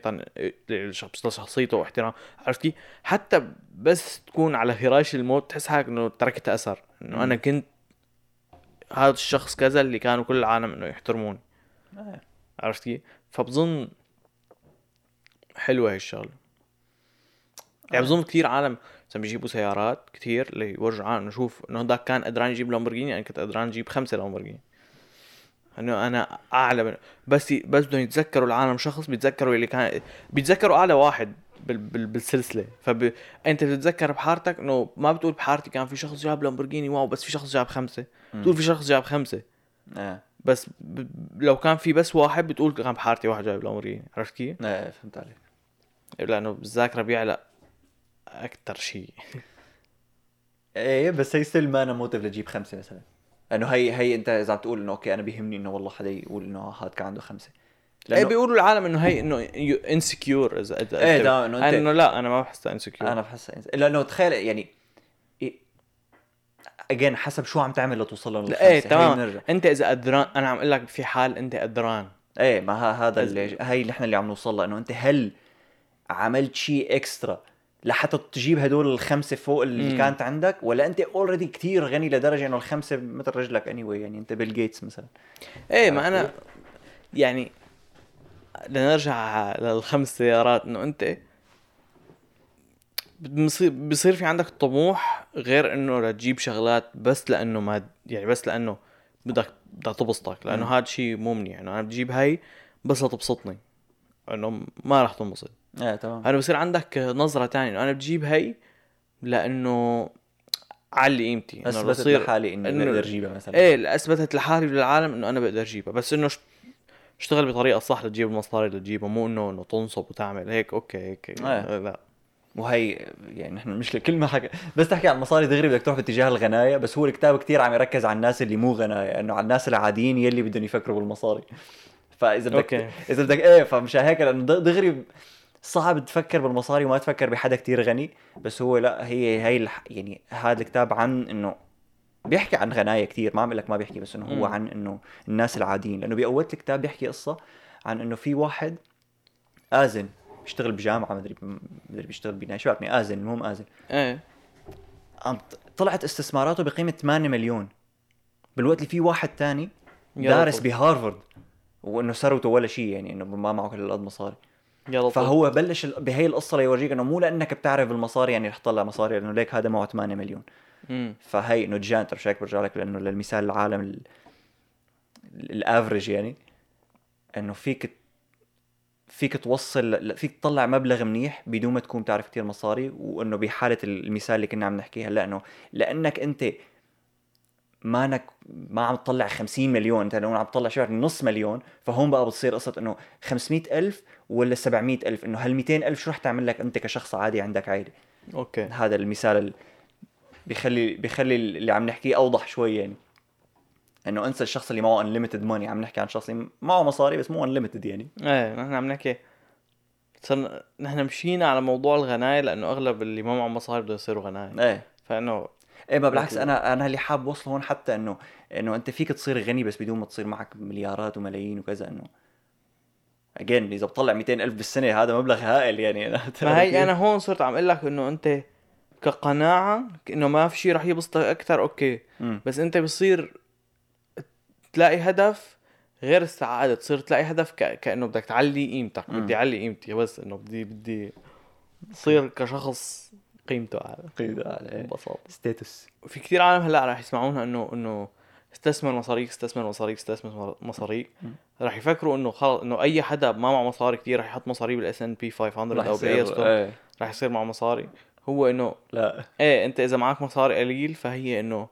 شخصيته واحترام. عرفتي؟ حتى بس تكون على فراش الموت تحس حالك انه تركت اثر، انه انا كنت هذا الشخص كذا اللي كانوا كل العالم انه يحترموني. عرفتي؟ فبظن حلوه هاي الشغله. يعني بظن كثير عالم مثلا بيجيبوا سيارات كثير اللي يورجوا عالم نشوف انه هذاك كان قدران يجيب لامبورجيني، انا كنت قدران اجيب 5 لامبورجيني، انه انا اعلى من بس بدهم يتذكروا العالم شخص، بيتذكروا اللي كان بيتذكروا اعلى واحد بالسلسله. انت بتتذكر بحارتك انه ما بتقول بحارتي كان في شخص جاب لامبورجيني واو، بس في شخص جاب 5 بتقول في شخص جاب 5. بس لو كان في بس واحد بتقول كان بحارتي واحد جاب لامبورجيني. عرفت كيف؟ فهمت عليك. لانه بالذاكره بيعلى اكثر شيء. ايه بس هي ستيل ما انا موتيف لجيب 5 مثلا، انه هي انت اذا عم تقول انه اوكي انا بيهمني انه والله حدا يقول انه هذا كان عنده 5، لانه بيقولوا العالم انه هي انه انسكيور اذا ده انه لا انا ما بحسها انسكيور، انا بحسها لانه تخيل يعني اجين حسب شو عم تعمل لتوصل ل5. ايه تمام. انت اذا قدران، انا عم اقول لك في حال انت قدران، ايه ما هذا اللي هي اللي احنا اللي عم نوصل له، انه انت هل عملت شيء اكسترا لحتى تجيب هدول ال5 فوق اللي كانت عندك، ولا انت اوريدي كتير غني لدرجه انه ال5 مثل رجلك anyway، يعني انت بيل جيتس مثلا. ايه ما انا يعني لنرجع لل5 سيارات، انه انت بصير في عندك طموح غير انه لتجيب شغلات بس لانه ما يعني بس لانه بدك تبسطك، لانه هذا شيء مو منيح. انه انا بجيب هاي بس لتبسطني، انه ما راح تنبسط. تمام. انا بصير عندك نظرة تانية انه انا بجيب هاي لانه علي قيمتي، انه بصير لحالي اني بقدر اجيبها مثلا. ايه اثبتت لحالي للعالم انه انا بقدر اجيبها، بس انه اشتغل بطريقة صح لتجيب المصاري اللي تجيبها، مو انه تنصب وتعمل هيك اوكي هيك. لا وهي يعني نحن مش كل ما حكى بس تحكي عن المصاري دغري بدك تروح باتجاه الغناية، بس هو الكتاب كتير عم يركز على الناس اللي مو غناية، انه على الناس العاديين يلي بدهم يفكروا بالمصاري. فاذا بدك اذا بدك فمش هيك، لانه دغري صعب تفكر بالمصاري وما تفكر بحدا كتير غني. بس هو لا، هي يعني هذا الكتاب عن انه بيحكي عن غناية كتير، ما عم لك ما بيحكي، بس انه هو عن انه الناس العاديين. لانه باول الكتاب بيحكي قصة عن انه في واحد آذن بيشتغل بجامعة، ما ادري بيشتغل بناية، شو بعرفني، آذن، المهم آذن. طلعت استثماراته بقيمة 8 مليون، بالوقت اللي في واحد تاني دارس بهارفارد وانه ثروته ولا شيء، يعني انه ما معه كل القد مصاري. فهو بلش بهي القصة ليورجيك انه مو لانك بتعرف بالمصاري يعني رح تطلع مصاري، لانه ليك هذا معه 8 مليون. فهي انه جانتر شايك برجع لك، لانه للمثال العالم الافريج، يعني انه فيك توصل، فيك تطلع مبلغ منيح بدون ما تكون تعرف كتير مصاري. وانه بحالة المثال اللي كنا عم نحكيها، لانك انت ما عم تطلع 50 مليون، انت لو عم تطلع شهر نص مليون، فهون بقى بتصير قصة انه 500,000 ولا 700,000، انه هال200,000 شو رح تعمل لك انت كشخص عادي عندك عائلة. اوكي هذا المثال بيخلي اللي عم نحكيه اوضح شوي، يعني انه انسى الشخص اللي معه unlimited money، عم نحكي عن شخص اللي معه مصاري بس مو unlimited يعني. نحن عم نحكي نحن مشينا على موضوع الغناية، لانه اغلب اللي ما معه مصاري بده يصيروا غناية. فانه ايه ما بالعكس، انا اللي حاب وصله هون حتى انه انت فيك تصير غني بس بدون ما تصير معك مليارات وملايين وكذا. انه اجين اذا بطلع 200,000 بالسنه هذا مبلغ هائل يعني. ما هي انا هون صرت عم اقول لك انه انت كقناعه انه ما في شيء رح يبسطك اكثر، اوكي. بس انت بصير تلاقي هدف غير السعاده، تصير تلاقي هدف كانه بدك تعلي قيمتك. بدي اعلي قيمتي، بس انه بدي تصير كشخص قيمته اعلى ببساطه. ستاتس. في كثير عالم هلا رح يسمعونها انه استثمر مصاريك. رح يفكروا انه خلص انه اي حدا ما معه مصاري كثير رح يحط مصاري بالS&P 500 او باي ستوك رح يصير معه مصاري. هو انه لا، ايه انت اذا معك مصاري قليل فهي انه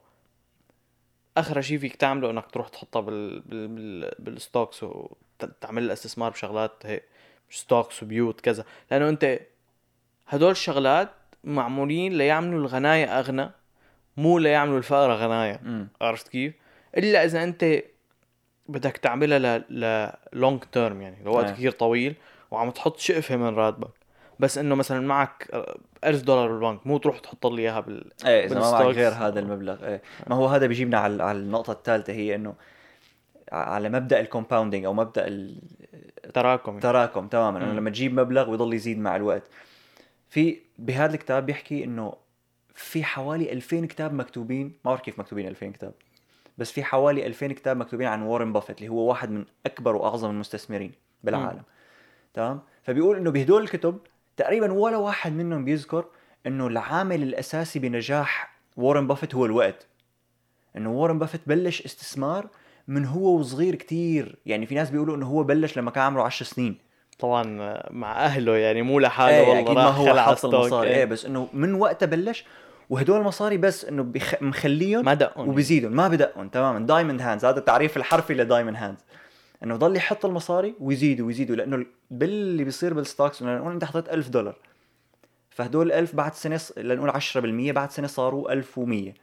اخر شيء فيك تعمله انك تروح تحطها بالستوكس وتعمل الاستثمار بشغلات هيك ستوكس وبيوت كذا، لانه انت هدول الشغلات معمولين ليعملوا الغناية اغنى، مو ليعملوا الفقر غناية. عرفت كيف؟ الا اذا انت بدك تعملها لونج تيرم، يعني لوقت كثير طويل وعم تحط شقفة من راتبك. بس انه مثلا معك $1000 بالبنك، مو تروح تحط لي اياها ايه اذا ما معك غير هذا المبلغ. ايه ما هو هذا بيجيبنا على النقطة الثالثة، هي انه على مبدأ الكومباوندينج او مبدأ التراكم تماما. انه لما تجيب مبلغ ويضل يزيد مع الوقت. في بهذا الكتاب بيحكي انه في حوالي 2000 كتاب مكتوبين، ما بعرف كيف مكتوبين 2000 كتاب، بس في حوالي 2000 كتاب مكتوبين عن وارن بافيت اللي هو واحد من اكبر واعظم المستثمرين بالعالم. تمام. فبيقول انه بهدول الكتب تقريبا ولا واحد منهم بيذكر انه العامل الاساسي بنجاح وارن بافيت هو الوقت. انه وارن بافيت بلش استثمار من هو وصغير كتير. يعني في ناس بيقولوا انه هو بلش لما كان عمره 10 سنين، طبعا مع اهله، يعني مو لحاله. والله اكيد ما هو حط المصاري. ايه بس انه من وقتها بلش. وهدول المصاري بس انه مخليهم ما دقون وبيزيدون ما بدقون. تماما. دايموند هاندز، هذا التعريف الحرفي لدايموند هاندز. انه ضل يحط المصاري ويزيدوا لانه اللي بيصير بالستوكس انه نقول انت حطيت $1000، فهدول 1000 بعد سنه لنقول 10% بعد سنه صاروا 1100.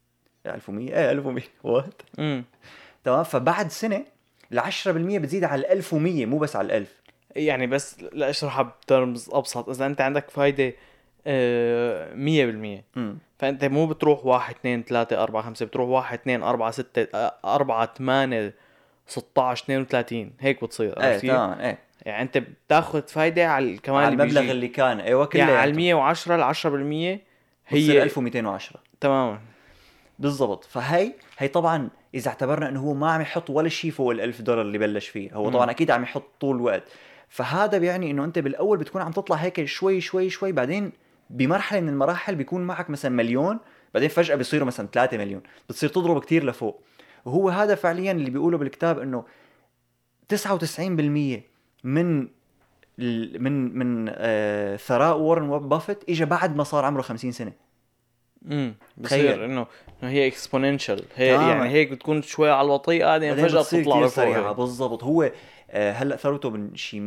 1100 وات. تمام. فبعد سنه ال10% بتزيد على 1100 مو بس على 1000. يعني بس لاشرحها بترمز ابسط، اذا انت عندك فايده 100%، فانت مو بتروح 1 2 3 4 5، بتروح 1 2 4 6 4 8 16 32 هيك بتصير. عرفت كيف؟ تمام. يعني انت بتاخذ فايده على كمان على المبلغ اللي كان. ايوه كله يعني على 110 ال10% هي 1210 تماما بالضبط. فهي طبعا اذا اعتبرنا انه هو ما عم يحط ولا شيء فوق $1000 اللي بلش فيه، هو طبعا اكيد عم يحط طول الوقت. فهذا بيعني انه انت بالاول بتكون عم تطلع هيك شوي شوي شوي، بعدين بمرحله من المراحل بيكون معك مثلا 1,000,000، بعدين فجاه بيصيروا مثلا 3 مليون، بتصير تضرب كتير لفوق. وهو هذا فعليا اللي بيقوله بالكتاب، انه 99% من ثراء وارن بافيت اجى بعد ما صار عمره 50 سنه. بصير انه هي اكسبوننشال، هي يعني هيك بتكون شوي على البطيئه بعدين فجاه بتطلع لفوق. بالضبط. هو هلا ثروته من شي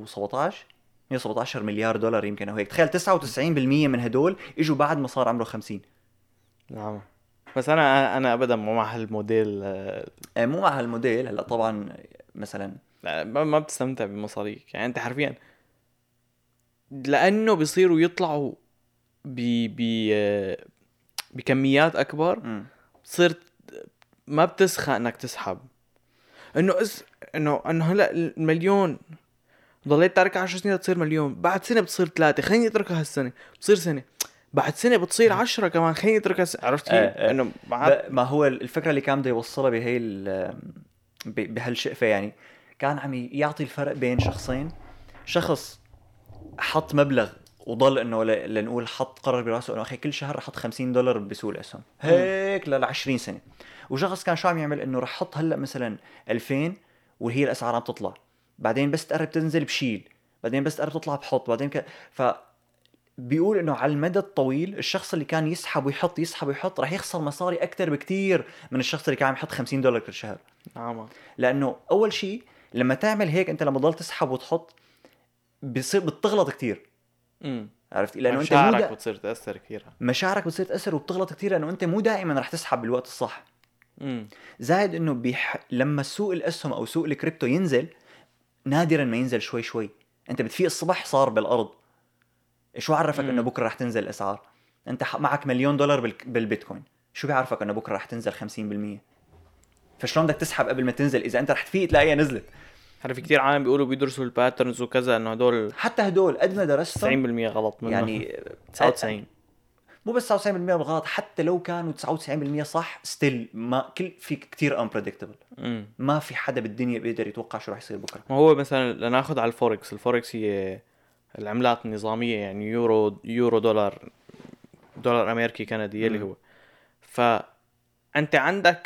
117 مليار دولار يمكن او هيك. تخيل 99% من هدول اجوا بعد ما صار عمره 50. نعم. بس انا ابدا مو مع هالموديل. مو مع هالموديل. هلا طبعا مثلا ما بتستمتع بمصاريك، يعني انت حرفيا لانه بيصيروا يطلعوا بكميات اكبر، بتصير ما بتسخى انك تسحب. انه هلا المليون ضليت تارك 10 سنين تصير مليون، بعد سنه بتصير 3، خليني اتركها هالسنه، بتصير سنه، بعد سنه بتصير 10 كمان، خليني اتركها عرفت كيف؟ انه ما هو الفكره اللي كان بده يوصلها بهي بهالشقفه. يعني كان عم يعطي الفرق بين شخصين. شخص حط مبلغ وضل انه لنقول قرر براسه انه اخي كل شهر رح احط $50 بسوق الاسهم هيك ل20 سنه. وشخص كان شو عم يعمل، انه رح احط هلا مثلا 2000 وهي الاسعار عم تطلع، بعدين بس تقرب تنزل بشيل، بعدين بس تقرب تطلع بحط، بعدين بيقول انه على المدى الطويل الشخص اللي كان يسحب ويحط رح يخسر مصاري اكثر بكتير من الشخص اللي كان عم يحط $50 كل شهر. لانه اول شيء لما تعمل هيك انت لما تضل تسحب وتحط بيصير بتغلط كتير. عرفت؟ لانه انت مشاعرك بتصير تاثر كثير، مشاعرك بتصير تاثر وبتغلط كتير، لانه انت مو دائما رح تسحب بالوقت الصح. زائد انه لما سوق الاسهم او سوق الكريبتو ينزل، نادرا ما ينزل شوي. انت بتفيق الصبح صار بالارض، شو عرفك انه بكره رح تنزل الاسعار؟ انت معك $1,000,000 بالبيتكوين، شو بيعرفك انه بكره رح تنزل 50%؟ فشلون بدك تسحب قبل ما تنزل اذا انت رح تفيق تلاقيها نزلت؟ هلا في كتير عالم بيقولوا بيدرسوا الباترنز وكذا انه هدول حتى هدول قد ما درستهم 90% غلط منه. يعني 99. مو بس 99% بالغلط، حتى لو كانوا 99% صح ستيل ما في كتير unpredictable. ما في حدا بالدنيا بيقدر يتوقع شو رح يصير بكره. ما هو مثلا لناخذ على الفوركس هي العملات النظاميه، يعني يورو دولار امريكي كندي اللي هو. فانت عندك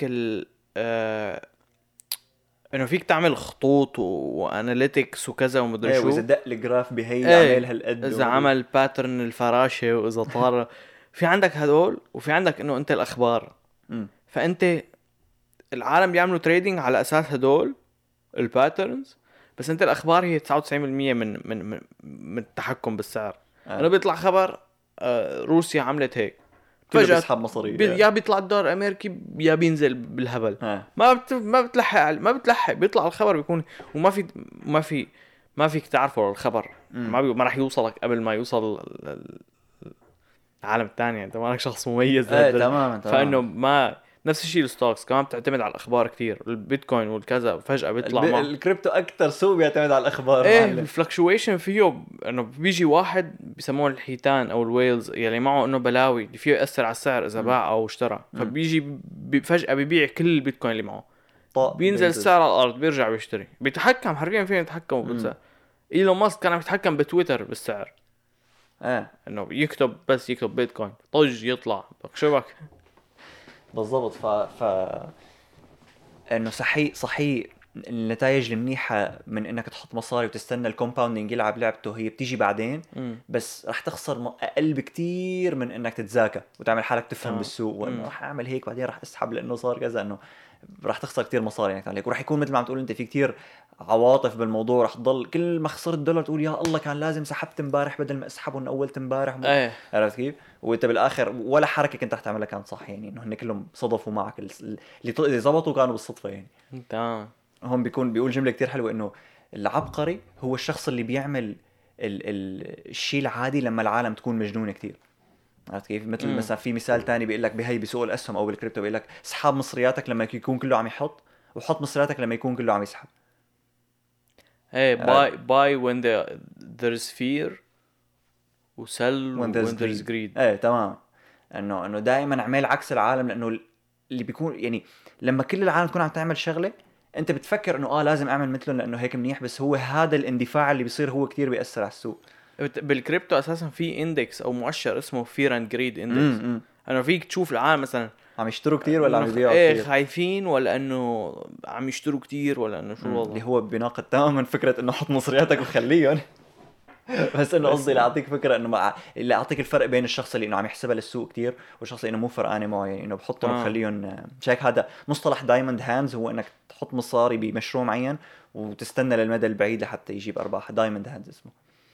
انه فيك تعمل خطوط واناليتكس وكذا ومدري شو. واذا دق الجراف بهي عمل هالقد، اذا عمل باترن الفراشه، واذا طار في عندك هدول، وفي عندك انه انت الاخبار. فانت العالم بيعملوا تريدينج على اساس هدول الباترنز، بس انت الاخبار هي 99% من التحكم بالسعر. انه بيطلع خبر روسيا عملت هيك، فجأة بيسحب مصاري، يا بيطلع الدولار الامريكي يا بينزل بالهبل. ما بتلحق بيطلع الخبر بيكون، وما ما فيك تعرفه الخبر. ما راح يوصلك قبل ما يوصل العالم الثاني. انت مالك شخص مميز. تماما. فانه ما نفس الشيء الستوكس كمان بتعتمد على الاخبار كتير. البيتكوين والكذا فجأة بيطلع الكريبتو اكثر سوق بيعتمد على الاخبار. الفلكشويشن فيه انه بيجي واحد بيسموه الحيتان او الويلز، يعني معه انه بلاوي اللي فيه يأثر على السعر اذا باع او اشترى. فبيجي فجأة بيبيع كل البيتكوين اللي معه، بينزل السعر على الارض، بيرجع بيشتري. بيتحكم حرفيا فين يتحكم بالسعر. ايلون ماسك كان يتحكم بتويتر بالسعر. انه يكتب بيتكوين طج يطلع شبك بالضبط. انه صحيح النتائج المنيحه من انك تحط مصاري وتستنى الكومباوندينج يلعب لعبته هي بتيجي بعدين. بس رح تخسر اقل بكتير من انك تتذاكى وتعمل حالك تفهم بالسوق، وانه رح اعمل هيك بعدين رح اسحب لانه صار كذا. انه رح تخسر كتير مصاري يعني عليك، ورح يكون مثل ما عم تقول انت في كتير عواطف بالموضوع. رح تضل كل ما خسرت دولار تقول يا الله كان لازم سحبت امبارح بدل ما اسحبه من اولت امبارح. عرفت كيف؟ وانت بالاخر ولا حركه كنت رح تعملها كانت صح، يعني انه هن كلهم صدفوا معك. اللي زبطوا كانوا بالصدفه يعني. تمام. هون بيقول جمله كتير حلوه، انه العبقري هو الشخص اللي بيعمل الشيء العادي لما العالم تكون مجنونه كتير. عرفت كيف؟ مثلا في مثال تاني بيقول لك بهي بسوق الاسهم او بالكريبتو، بيقول لك اسحب مصرياتك لما يكون كله عم يحط، وحط مصرياتك لما يكون كله عم يسحب. buy when there's fear وسل when there's greed. تمام. انه دائما اعمل عكس العالم، لانه اللي بيكون يعني لما كل العالم تكون عم تعمل شغله انت بتفكر انه لازم اعمل مثلهم لانه هيك منيح، بس هو هذا الاندفاع اللي بيصير هو كتير بيأثر على السوق. بالكريبتو اساسا في اندكس او مؤشر اسمه fear and greed index. انه فيك تشوف العالم مثلا عم يشتروا كتير ولا عم يبيعوا كتير، خايفين ولا انه عم يشتروا كتير ولا انه شو والله. اللي هو بيناقض تماما فكره انه حط مصرياتك وخليهم. بس انه قصدي لاعطيك فكره انه اللي اعطيك الفرق بين الشخص اللي انه عم يحسبها للسوق كتير والشخص اللي انه مو فرقانه معه، يعني انه بحطهم وبخليهم. شايك هذا مصطلح دايموند هاندز، هو انك تحط مصاري بمشروع معين وتستنى للمدى البعيد لحتى يجيب ارباح. دايموند هاندز اسمه.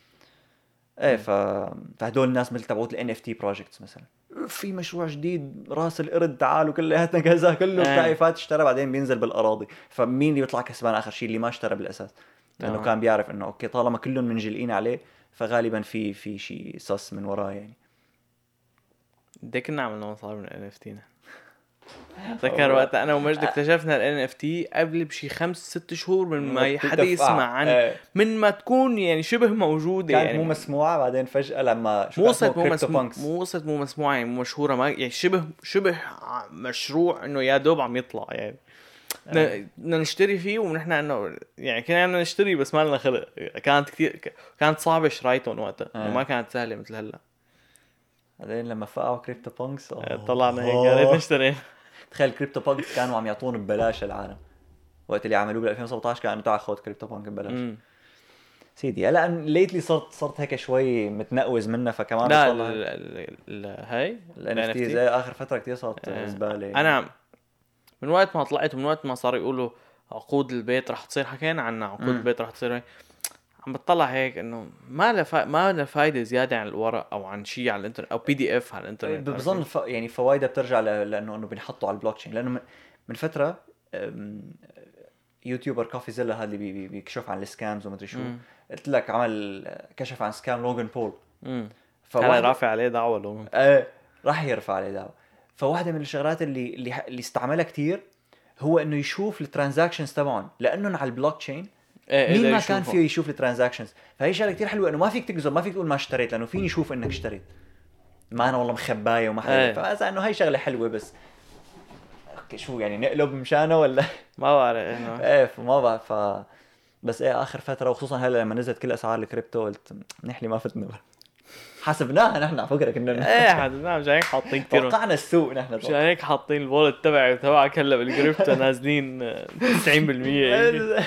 فهدول الناس مثل تبعوت ال NFT projects مثلا، في مشروع جديد راس القرد تعالوا كلياتنا كذا، كله بتاعي فات اشترى بعدين بينزل بالاراضي. فمين اللي بيطلع كسبان اخر شيء؟ اللي ما اشترى بالاساس، لانه كان بيعرف انه اوكي طالما كلهم منجلقين عليه فغالبا في شيء سس من وراه يعني. بدك نعمل مصاري من NFT. ذكر وقت انا ومجد اكتشفنا ال NFT قبل بشي 5-6 شهور من ما حدا يسمع عن من ما تكون يعني شبه موجوده، كانت يعني مو مسموعه. بعدين فجاه لما مو مسموعه يعني مو مشهوره، ما يعني شبه مشروع انه يا دوب عم يطلع يعني. بدنا نشتري فيه ونحن انه يعني كنا نشتري بس ما لنا خلق. كانت صعبه شرايتهم وقتها، ما كانت سهله مثل هلا. بعدين لما فقعوا كريبتو بانكس طلعنا هيك يا ريت نشتري. تخيل كريبتو بانكس كانوا عم يعطون ببلاش العالم وقت اللي عملوه بال 2017، كانوا تعال خذ كريبتو بانك ببلاش. سيدي هلا ليتلي صرت هيك شوي متنقوز منها، فكمان لا هاي ال NFT زي اخر فتره كتير صارت زباله. انا من وقت ما طلعت ومن وقت ما صار يقولوا عقود البيت رح تصير، حكينا عنها عقود البيت رح تصير، عم بتطلع هيك انه ما له فايده زياده عن الورق او عن شيء على الانترنت او PDF على الانترنت. بظن يعني فوائدها بترجع لانه بنحطوا على البلوك تشين. لانه من فتره يوتيوبر كوفي زيلا هذا اللي بيكشف عن السكامز ومدري شو، قلت لك عمل كشف عن سكام لوغان بول. كان رافع عليه دعوه لو راح يرفع عليه دعوه. فواحده من الشغلات اللي استعملها كتير هو انه يشوف الترانزاكشنز تبعهم، لانه على البلوك تشين مين ما كان فيه يشوف الترانزاكشنز. فهي شغله كتير حلوه انه ما فيك تكذب، ما فيك تقول ما اشتريت، لانه فيني اشوف انك اشتريت، ما انا والله مخبايه وما حدا. فاذا انه هي شغله حلوه، بس شو يعني نقلب مشانه ولا ما بعرف انه فما بعرف. بس اخر فتره وخصوصا هلا لما نزلت كل اسعار الكريبتو قلت منيح لي ما فتنا حسبناها نحن على فكره كنا حسبناها مش هيك حاطين كثير، توقعنا السوق نحن مش هيك حاطين الوالد تبعك هلا بالكريبتو نازلين 90%.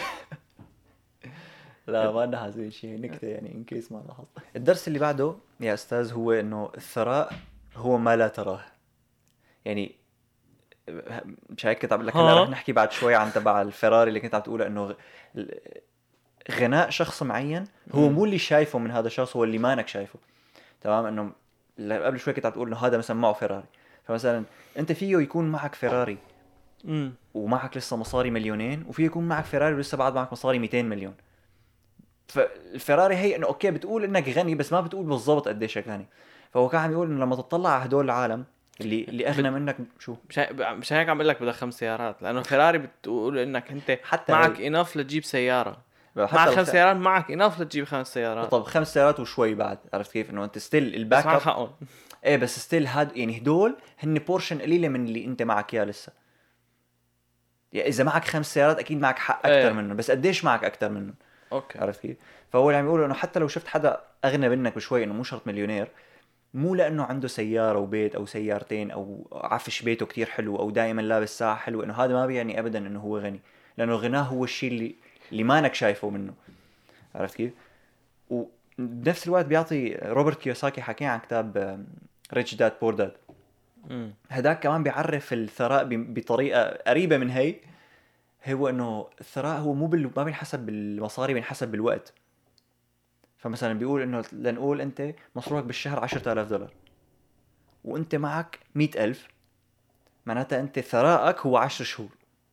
لا ما لنا حاسبين شيء نكته يعني ان كيس ما لاحظ. الدرس اللي بعده يا استاذ هو انه الثراء هو ما لا تراه. يعني مش هيك كنت عم لك هلا رح نحكي بعد شوي عن تبع الفراري اللي كنت عم تقوله انه غناء شخص معين هو مو اللي شايفه من هذا الشخص، هو اللي مانك شايفه. تمام. انه قبل شوي كنت عم تقول انه هذا مثلا معه فيراري، فمثلا انت فيه يكون معك فيراري ومعك لسه مصاري مليونين، وفيه يكون معك فيراري ولسه بعد معك مصاري 200 مليون. فالفيراري هي انه اوكي بتقول انك غني بس ما بتقول بالضبط قديش غني. فهو كان عم يقول انه لما تطلع على هدول العالم اللي اغنى منك شو مش هيك عم بقول لك بدك 5 سيارات، لانه فيراري بتقول انك انت حتى معك اناف لتجيب سياره، معك 5 سيارات معك اناف لتجيب 5 سيارات. طب 5 سيارات وشوي بعد، عرفت كيف انه انت ستيل الباك اب ايه بس ستيل هاد يعني هدول هن بورشن قليله من اللي انت معك اياه لسه. يعني اذا معك 5 سيارات اكيد معك حق اكثر منه، بس قديش معك اكثر منه. اوكي عرفت كيف. فهو اللي عم يقول انه حتى لو شفت حدا اغنى منك بشوي، انه مو شرط مليونير، مو لانه عنده سياره وبيت او سيارتين او عفش بيته كتير حلو او دائما لابس ساعه حلوه، انه هذا ما بيعني ابدا انه هو غني، لانه الغنى هو الشيء اللي مانك شايفه منه. عرفت كيف. وبنفس الوقت بيعطي روبرت كيوساكي حكي عن كتاب ريتش داد بور داد، هداك كمان بيعرف الثراء بطريقه قريبه من هي. هو انه الثراء هو ما بينحسب بالمصاري، بينحسب بالوقت. فمثلا بيقول انه لنقول انت مصروفك بالشهر $10,000 وانت معك 100,000، معناتها انت ثراءك هو 10 شهور.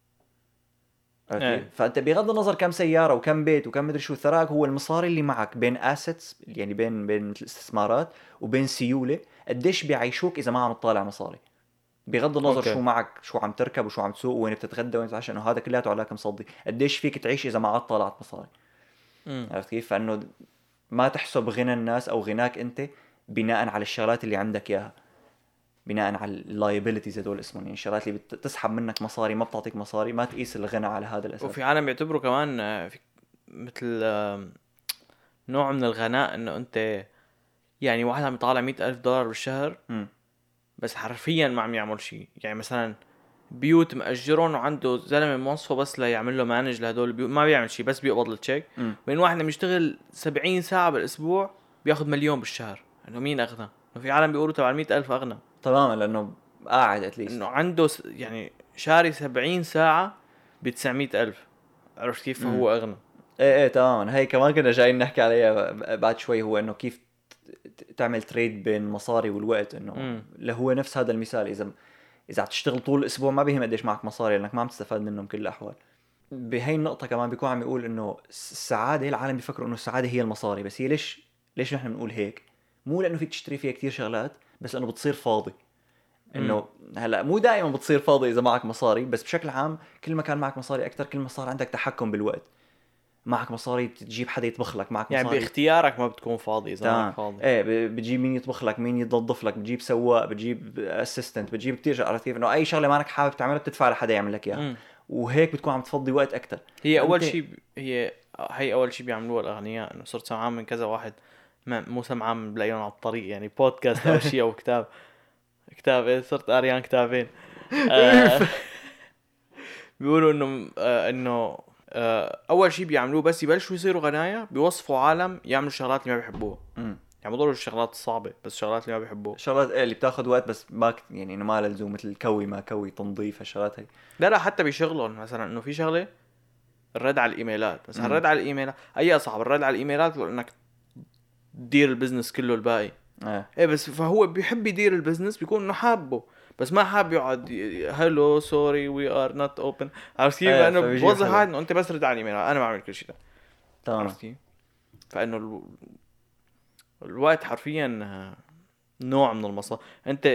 فانت بغض النظر كم سياره وكم بيت وكم مدري شو، ثراءك هو المصاري اللي معك بين اسيتس، يعني بين الاستثمارات وبين سيوله، قديش بيعيشوك اذا ما عم تطالع مصاري، بغض النظر شو معك، شو عم تركب وشو عم تسوق وين بتتغدى وين تتعشى، انه هذا كله علاك مصدي، قديش فيك تعيش اذا ما عاد طالعت مصاري. عرفت كيف. فانه ما تحسب غنى الناس او غناك انت بناء على الشغلات اللي عندك اياها، بناء على اللايبيليتيز هذول اسمهم، يعني الشغلات اللي بتسحب منك مصاري ما بتعطيك مصاري، ما تقيس الغنى على هذا الاساس. وفي عالم بيعتبروا كمان في مثل نوع من الغناء انه انت يعني واحد عم يطالع $100,000 بالشهر بس حرفيا ما عم يعمل شيء. يعني مثلا بيوت مأجرون وعنده زلمه موظفه بس ليعمل له مانج لهدول البيوت، ما بيعمل شيء بس بيقبض التشيك. بين واحد عم يشتغل 70 ساعه بالاسبوع بياخذ $1,000,000 بالشهر. انه مين اغنى؟ انه في عالم بيقولوا تبع 100,000 اغنى تماما، لانه قاعد اتليست انه عنده يعني شاري 70 ساعه ب$900,000. عرفت كيف. هو اغنى. ايه تماما. هي كمان كنا جايين نحكي عليها بعد شوي، هو انه كيف تعمل تريد بين المصاري والوقت. انه اللي هو نفس هذا المثال، اذا عم تشتغل طول الاسبوع ما بيهم قديش معك مصاري، لانك ما عم تستفاد منهم بكل الاحوال. بهي النقطه كمان بيكون عم يقول انه السعاده، العالم بيفكروا انه السعاده هي المصاري، بس هي ليش نحن بنقول هيك؟ مو لانه فيك تشتري فيها كتير شغلات، بس لانه بتصير فاضي. انه هلا مو دائما بتصير فاضي اذا معك مصاري، بس بشكل عام كل ما كان معك مصاري اكثر كل ما صار عندك تحكم بالوقت. معك مصاري تجيب حدا يطبخ لك، معك يعني مصاري باختيارك ما بتكون فاضي اذا معك فاضي. ايه بتجيب مين يطبخ لك، مين ينظف لك، بتجيب سواق، بتجيب اسيستنت، بتجيب كتير. عرفت كيف. انه اي شغله ما انك حابب تعملها بتدفع لحدا يعمل لك اياها، وهيك بتكون عم تفضي وقت اكثر. هي اول شيء هي اول شيء بيعملوه الاغنياء. انه صرت سمعان من كذا واحد، مو سمعان بلاقيهم على الطريق، يعني بودكاست او شيء او كتاب ايه، صرت قاريان كتابين. بيقولوا انه اول شيء بيعملوه بس يبلشوا يصيروا غنايا، بيوصفوا عالم يعملوا الشغلات اللي ما بيحبوها. يعني بضلوا الشغلات الصعبه بس الشغلات اللي ما بيحبوها، الشغلات اللي بتاخذ وقت بس ما يعني انه ما لزوم، مثل الكوي ما كوي، تنظيف، الشغلات هي. لا حتى بشغلهم مثلا انه في شغله الرد على الايميلات، بس الرد على الايميلات اي اصعب الرد على الايميلات لانك تدير البزنس كله الباقي. ايه بس فهو بيحب يدير البزنس، بيكون انه حابه بس ما حاب يقعد هلو سوري وي ار نوت اوبن. عرفت كيف. انه بوظف هذا انه انت بس رد على الايميل، انا ما بعمل كل شيء ده. تمام. عرفت كيف. فانه الوقت حرفيا نوع من المصاري.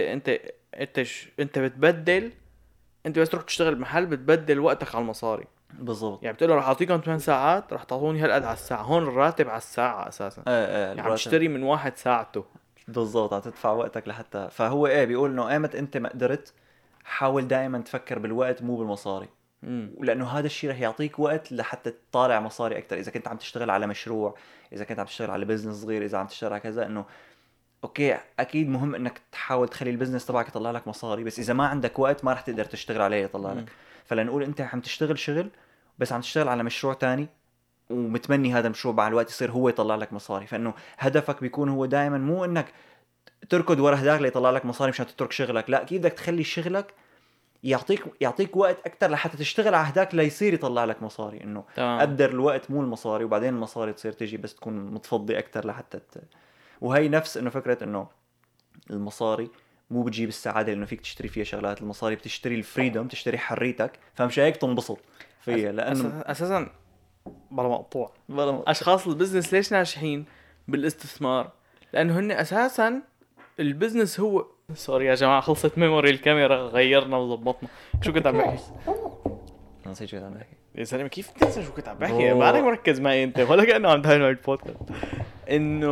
انت بتبدل، انت بس تروح تشتغل بمحل بتبدل وقتك على المصاري. بالضبط. يعني بتقول له راح اعطيكم 8 ساعات راح تعطوني هالقد على الساعه. هون الراتب على الساعه اساسا. يعني عم تشتري من واحد ساعته. بالضبط، عم تدفع وقتك لحتى. فهو بيقول انه ايمت انت ما قدرت، حاول دائما تفكر بالوقت مو بالمصاري. لانه هذا الشيء رح يعطيك وقت لحتى تطالع مصاري اكثر. اذا كنت عم تشتغل على مشروع، اذا كنت عم تشتغل على بزنس صغير، اذا عم تشتغل على كذا، انه اوكي اكيد مهم انك تحاول تخلي البزنس تبعك يطلع لك مصاري، بس اذا ما عندك وقت ما رح تقدر تشتغل عليه يطلع لك. فلنقول انت عم تشتغل شغل بس عم تشتغل على مشروع تاني، ومتمني هذا المشروع مع الوقت يصير هو يطلع لك مصاري. فانه هدفك بيكون هو دائما مو انك تركض ورا هداك ليطلع لك مصاري مشان تترك شغلك، لا اكيد بدك تخلي شغلك يعطيك وقت اكثر لحتى تشتغل على هداك ليصير يطلع لك مصاري. انه قدر الوقت مو المصاري، وبعدين المصاري تصير تجي بس تكون متفضي اكثر لحتى وهي نفس انه فكره انه المصاري مو بتجيب السعاده لانه فيك تشتري فيها شغلات. المصاري بتشتري الفريدوم، تشتري حريتك، فمش هيك تنبسط فيها. لانه اساسا بلا مقطوع اشخاص البزنس ليش ناجحين بالاستثمار؟ لانه هن اساسا البزنس هو سوري يا جماعه خلصت ميموري الكاميرا، غيرنا وظبطنا. شو كنت عم بحكي؟ نسيت شو كنت عم بحكي يا زلمه كيف تنسى شو كنت عم بحكي؟ ما عليك مركز معي انت ولا كانه عم تهاي البودكاست. انه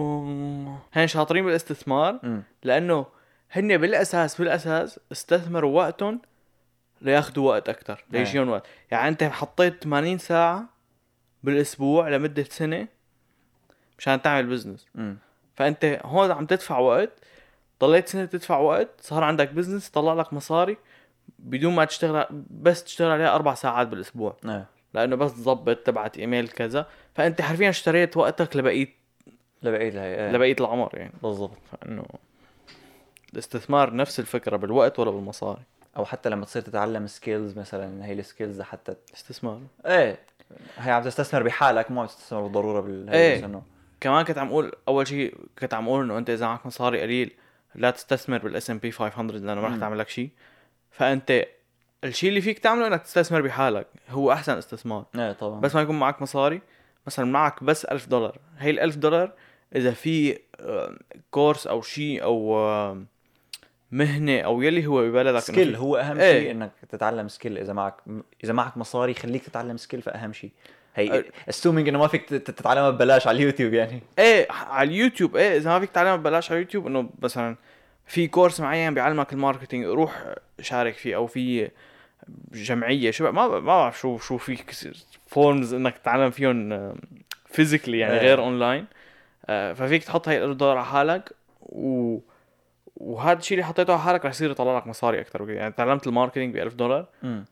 هن شاطرين بالاستثمار لانه هن بالاساس استثمروا وقتهم لياخذوا وقت اكثر، ليجيهم وقت. يعني انت حطيت 80 ساعه بالاسبوع لمده سنه مشان تعمل بزنس. فانت هون عم تدفع وقت، ضليت سنه تدفع وقت، صار عندك بزنس طلع لك مصاري بدون ما تشتغل، بس تشتغل عليها 4 ساعات بالاسبوع. لانه بس تظبط تبعت ايميل كذا. فانت حرفيا اشتريت وقتك لبقيه العمر يعني. بالضبط. فانه الاستثمار نفس الفكره بالوقت ولا بالمصاري. او حتى لما تصير تتعلم سكيلز مثلا، هي السكيلز حتى استثمار. هي عم تستثمر بحالك، مو عم تستثمر بالضروره انه كمان كنت عم اقول اول شيء كنت عم اقول انه انت اذا معك مصاري قليل لا تستثمر بالS&P 500 لانه ما رح تعمل لك شيء. فانت الشيء اللي فيك تعمله انك تستثمر بحالك، هو احسن استثمار. طبعا. بس ما يكون معك مصاري، مثلا معك بس $1000، هي $1000 اذا في كورس او شيء او مهنه او يلي هو ببلدك سكيل، هو اهم شيء انك تتعلم سكيل. اذا معك مصاري خليك تتعلم سكيل، فاهم شيء. هي assuming انه ما فيك تتعلمها ببلاش على اليوتيوب يعني. على اليوتيوب اذا ما فيك تتعلمها ببلاش على اليوتيوب، انه مثلا في كورس معين بيعلمك الماركتينج روح شارك فيه، او في جمعيه شو ما بعرف شو في فورمز انك تتعلم فيهم فيزيكلي يعني غير اونلاين. ففيك تحط هاي $1000 على حالك وهذا الشيء اللي حطيته على حالك رح يصير يطلع لك مصاري اكثر. يعني تعلمت الماركتينج $1000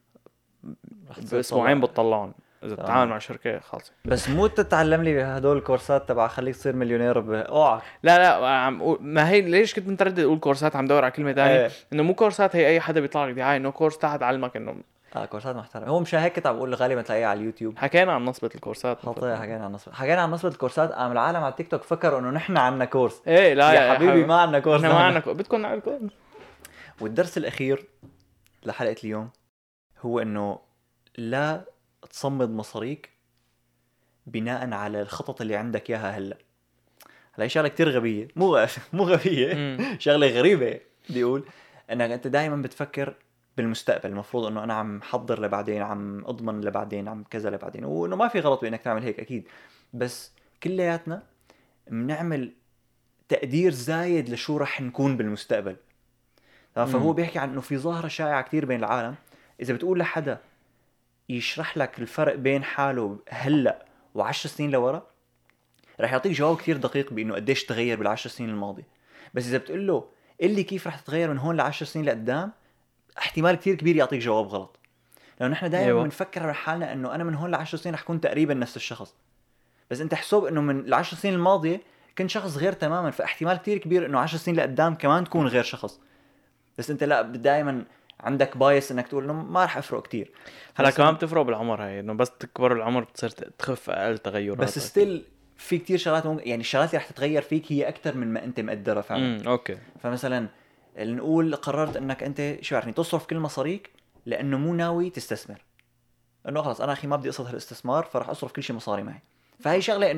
باسبوعين بتطلعون اذا تتعامل مع شركه خالصه. بس مو تتعلم لي هدول الكورسات تبع خليك تصير مليونير اوعى. لا عم ما هي ليش كنت متردد اقول كورسات، عم دور على كلمه ثانيه. انه مو كورسات هي اي حدا بيطلع لك دعايه، انه كورس تاع علمك انه كورسات محترمه. هو مش هيك كنت عم بقول غالبا تلاقيها على اليوتيوب. حكينا عن نصبه الكورسات. حكينا عن نصبه الكورسات. قام العالم على التيك توك فكروا انه نحن عندنا كورس. لا يا حبيبي ما عندنا كورس. ما عندنا بدكم نعمل كورس. والدرس الاخير لحلقه اليوم هو انه لا تصمد مصاريك بناء على الخطط اللي عندك اياها هلا. هي شغله كتير غبيه، مو غبيه شغله غريبه. بدي اقول انك انت دائما بتفكر بالمستقبل. المفروض انه انا عم حضر لبعدين، عم اضمن لبعدين، عم كذا لبعدين، وانه ما في غلط بانك تعمل هيك اكيد. بس كلياتنا بنعمل تقدير زايد لشو رح نكون بالمستقبل. فهو بيحكي عن انه في ظاهره شائعه كتير بين العالم. اذا بتقول لحدا يشرح لك الفرق بين حاله هلا و10 سنين لورا، رح يعطيك جواب كتير دقيق بانه قديش تغير بال10 سنين الماضيه. بس اذا بتقول له اللي كيف رح تتغير من هون ل10 سنين لقدام، احتمال كتير كبير يعطيك جواب غلط. لانه نحن دائما بنفكر على حالنا انه انا من هون ل10 سنين رح كون تقريبا نفس الشخص. بس انت حسب انه من ال10 سنين الماضيه كنت شخص غير تماما، فاحتمال كتير كبير انه 10 سنين لقدام كمان تكون غير شخص. بس انت لا، دائما عندك بايس انك تقول انه ما رح افرق كتير. هلا كمان بتفرق بالعمر، هاي انه بس تكبر العمر بتصير تخف اقل تغيرات. بس ستيل في كتير شغلات يعني الشغلات اللي رح تتغير فيك هي اكثر من ما انت مقدرها فعلا. اوكي. فمثلا نقول قررت انك انت شو يعني تصرف كل مصاريك لانه مو ناوي تستثمر، انه خلص انا اخي ما بدي اقصد هالاستثمار فرح اصرف كل شيء مصاري معي. فهي شغله انه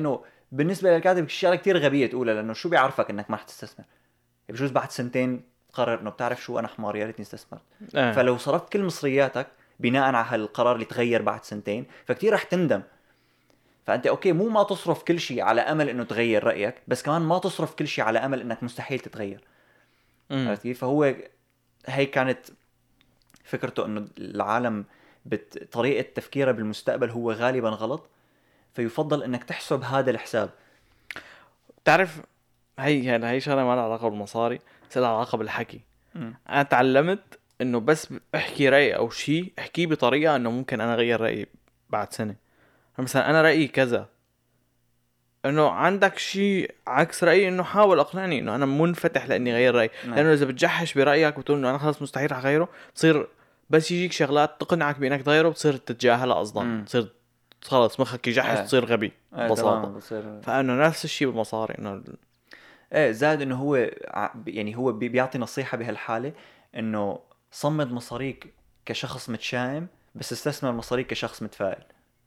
بالنسبه للكاتب شغله كتير غبيه تقولها، لانه شو بيعرفك انك ما رح تستثمر؟ بجوز بعد سنتين تقرر انه بتعرف شو، انا حمار يا ريتني استثمرت. فلو صرفت كل مصرياتك بناء على هالقرار اللي تغير بعد سنتين، فكتير رح تندم. فانت اوكي مو ما تصرف كل شيء على امل انه تغير رايك، بس كمان ما تصرف كل شيء على امل انك مستحيل تتغير. عرفت كيف؟ فهو هي كانت فكرته، انه العالم بطريقه تفكيره بالمستقبل هو غالبا غلط، فيفضل انك تحسب هذا الحساب. تعرف هي شغله ما لها علاقه بالمصاري، بس لها علاقه بالحكي. انا تعلمت انه بس احكي رايي او شيء احكيه بطريقه انه ممكن انا اغير رايي بعد سنه. مثلا انا رايي كذا، انه عندك شيء عكس رايي، انه حاول اقنعني انه انا منفتح لاني اغير رايي. لانه اذا بتجحش برايك وتقول انه انا خلص مستحيل رح اغيره، تصير بس يجيك شغلات تقنعك بانك تغيره بتصير تتجاهلها اصلا، تصير خلص مخك يجحش، تصير غبي ببساطه. فانه نفس الشيء بالمصاري، انه زاد انه هو يعني هو بيعطي نصيحه بهالحاله، انه صمد مصاريك كشخص متشائم، بس استثمر مصاريك كشخص متفائل.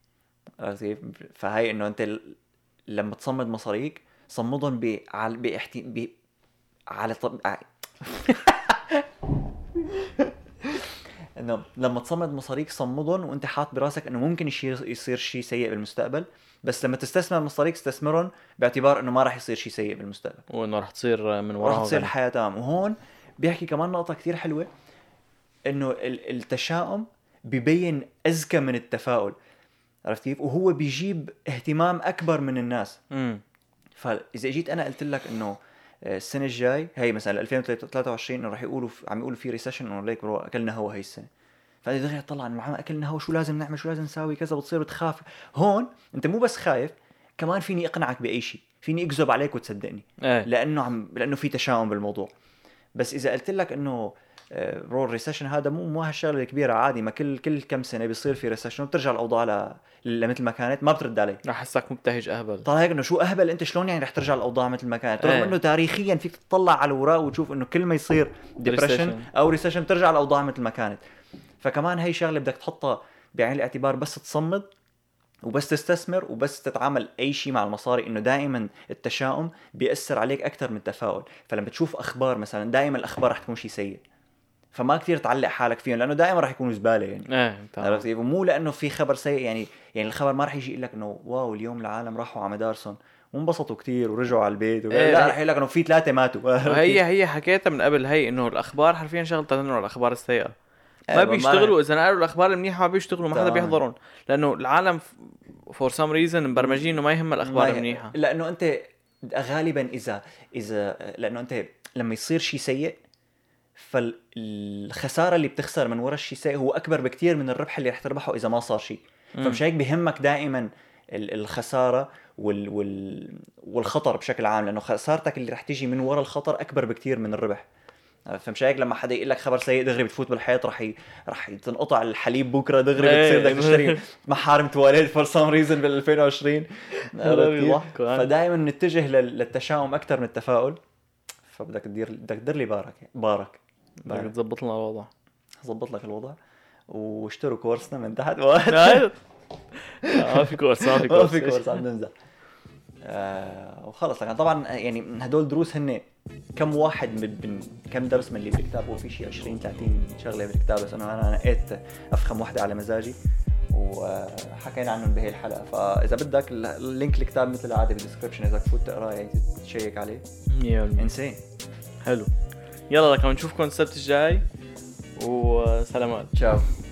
فهي انه انت لما تصمد مصاريك صمدهم على انه لما تصمد مصاريك صمدهم وانت حاط براسك انه ممكن يصير شيء سيء بالمستقبل، بس لما تستثمر مصاريك استثمرهم باعتبار انه ما راح يصير شيء سيء بالمستقبل، وانه راح تصير من وراها، راح تصير الحياه تمام. وهون بيحكي كمان نقطه كتير حلوه، انه التشاؤم بيبين اذكى من التفاؤل. عرفت كيف؟ وهو بيجيب اهتمام اكبر من الناس. فاذا جيت انا قلت لك انه السنه الجاي هي مثلا 2023 انه راح يقولوا عم يقولوا في ريسيشن، انه ليك برو اكلنا هوا هي السنه، فانت دغري تطلع انه عم اكلنا هوا، شو لازم نعمل، شو لازم نسوي كذا، بتصير بتخاف. هون انت مو بس خايف، كمان فيني اقنعك باي شيء، فيني اكذب عليك وتصدقني. لانه في تشاؤم بالموضوع. بس اذا قلت لك انه برو الريسيشن هذا مو هالشغله الكبيره، عادي، ما كل كم سنه بيصير في ريسيشن وبترجع الاوضاع لمثل ما كانت، ما بترد علي، رح احسك مبتهج اهبل. طلع هيك انه شو اهبل انت، شلون يعني رح ترجع الاوضاع مثل ما كانت؟ رغم انه تاريخيا فيك تطلع على الوراء وتشوف انه كل ما يصير ديبريشن او ريسيشن بترجع الاوضاع مثل ما كانت. فكمان هي شغله بدك تحطها بعين الاعتبار، بس تصمد وبس تستثمر وبس تتعامل اي شيء مع المصاري، انه دائما التشاؤم بيأثر عليك اكثر من التفاؤل. فلما تشوف اخبار مثلا، دائما الاخبار رح تكون شيء سيء، فما كتير تعلق حالك فيهم، لانه دائما راح يكونوا زباله يعني. عرفت كيف؟ ومو لانه في خبر سيء يعني الخبر ما راح يجي يقول لك انه واو اليوم العالم راحوا على مدارسهم وانبسطوا كتير ورجعوا على البيت لا، راح يقول لك انه في 3 ماتوا. هي حكيتها من قبل، هي انه الاخبار حرفيا شغله تنور الاخبار السيئه ما بيشتغلوا. اذا قالوا الاخبار المنيحه ما بيشتغلوا، ما حدا بيحضرون، لانه العالم فور سام ريزن مبرمجين انه ما يهم الاخبار المنيحه. لانه انت غالبا اذا لانه انت لما يصير شيء سيء، فالخساره اللي بتخسر من وراء الشيء السيء هو اكبر بكتير من الربح اللي رح تربحه اذا ما صار شيء. فمش هيك بهمك دائما الخساره والخطر بشكل عام، لانه خسارتك اللي رح تيجي من وراء الخطر اكبر بكتير من الربح. فمش هيك لما حدا يقول لك خبر سيء دغري بتفوت بالحيط، رح تنقطع الحليب بكره دغري، بتصير بدك تشتري محارم تواليت فور سام ريزن بال 2020. فدائما نتجه للتشاؤم اكثر من التفاؤل. فبدك تدير لي بارك بدك تظبط لنا الوضع، ظبط لك الوضع، واشتروا كورسنا من تحت. ما في كورس عم ننزل. وخلص لكن طبعا يعني هدول دروس هن كم واحد من كم درس من اللي بالكتاب، وفي شيء 20-30 شغله بالكتاب، بس انا نقيت افخم واحده على مزاجي وحكينا عنهم بهي الحلقه. فاذا بدك اللينك الكتاب مثل العاده بالديسكربشن، اذا تفوت تقراه يعني تشيك عليه. انسان حلو. يلا لكم نشوفكم السبت الجاي، وسلامات. تشاو.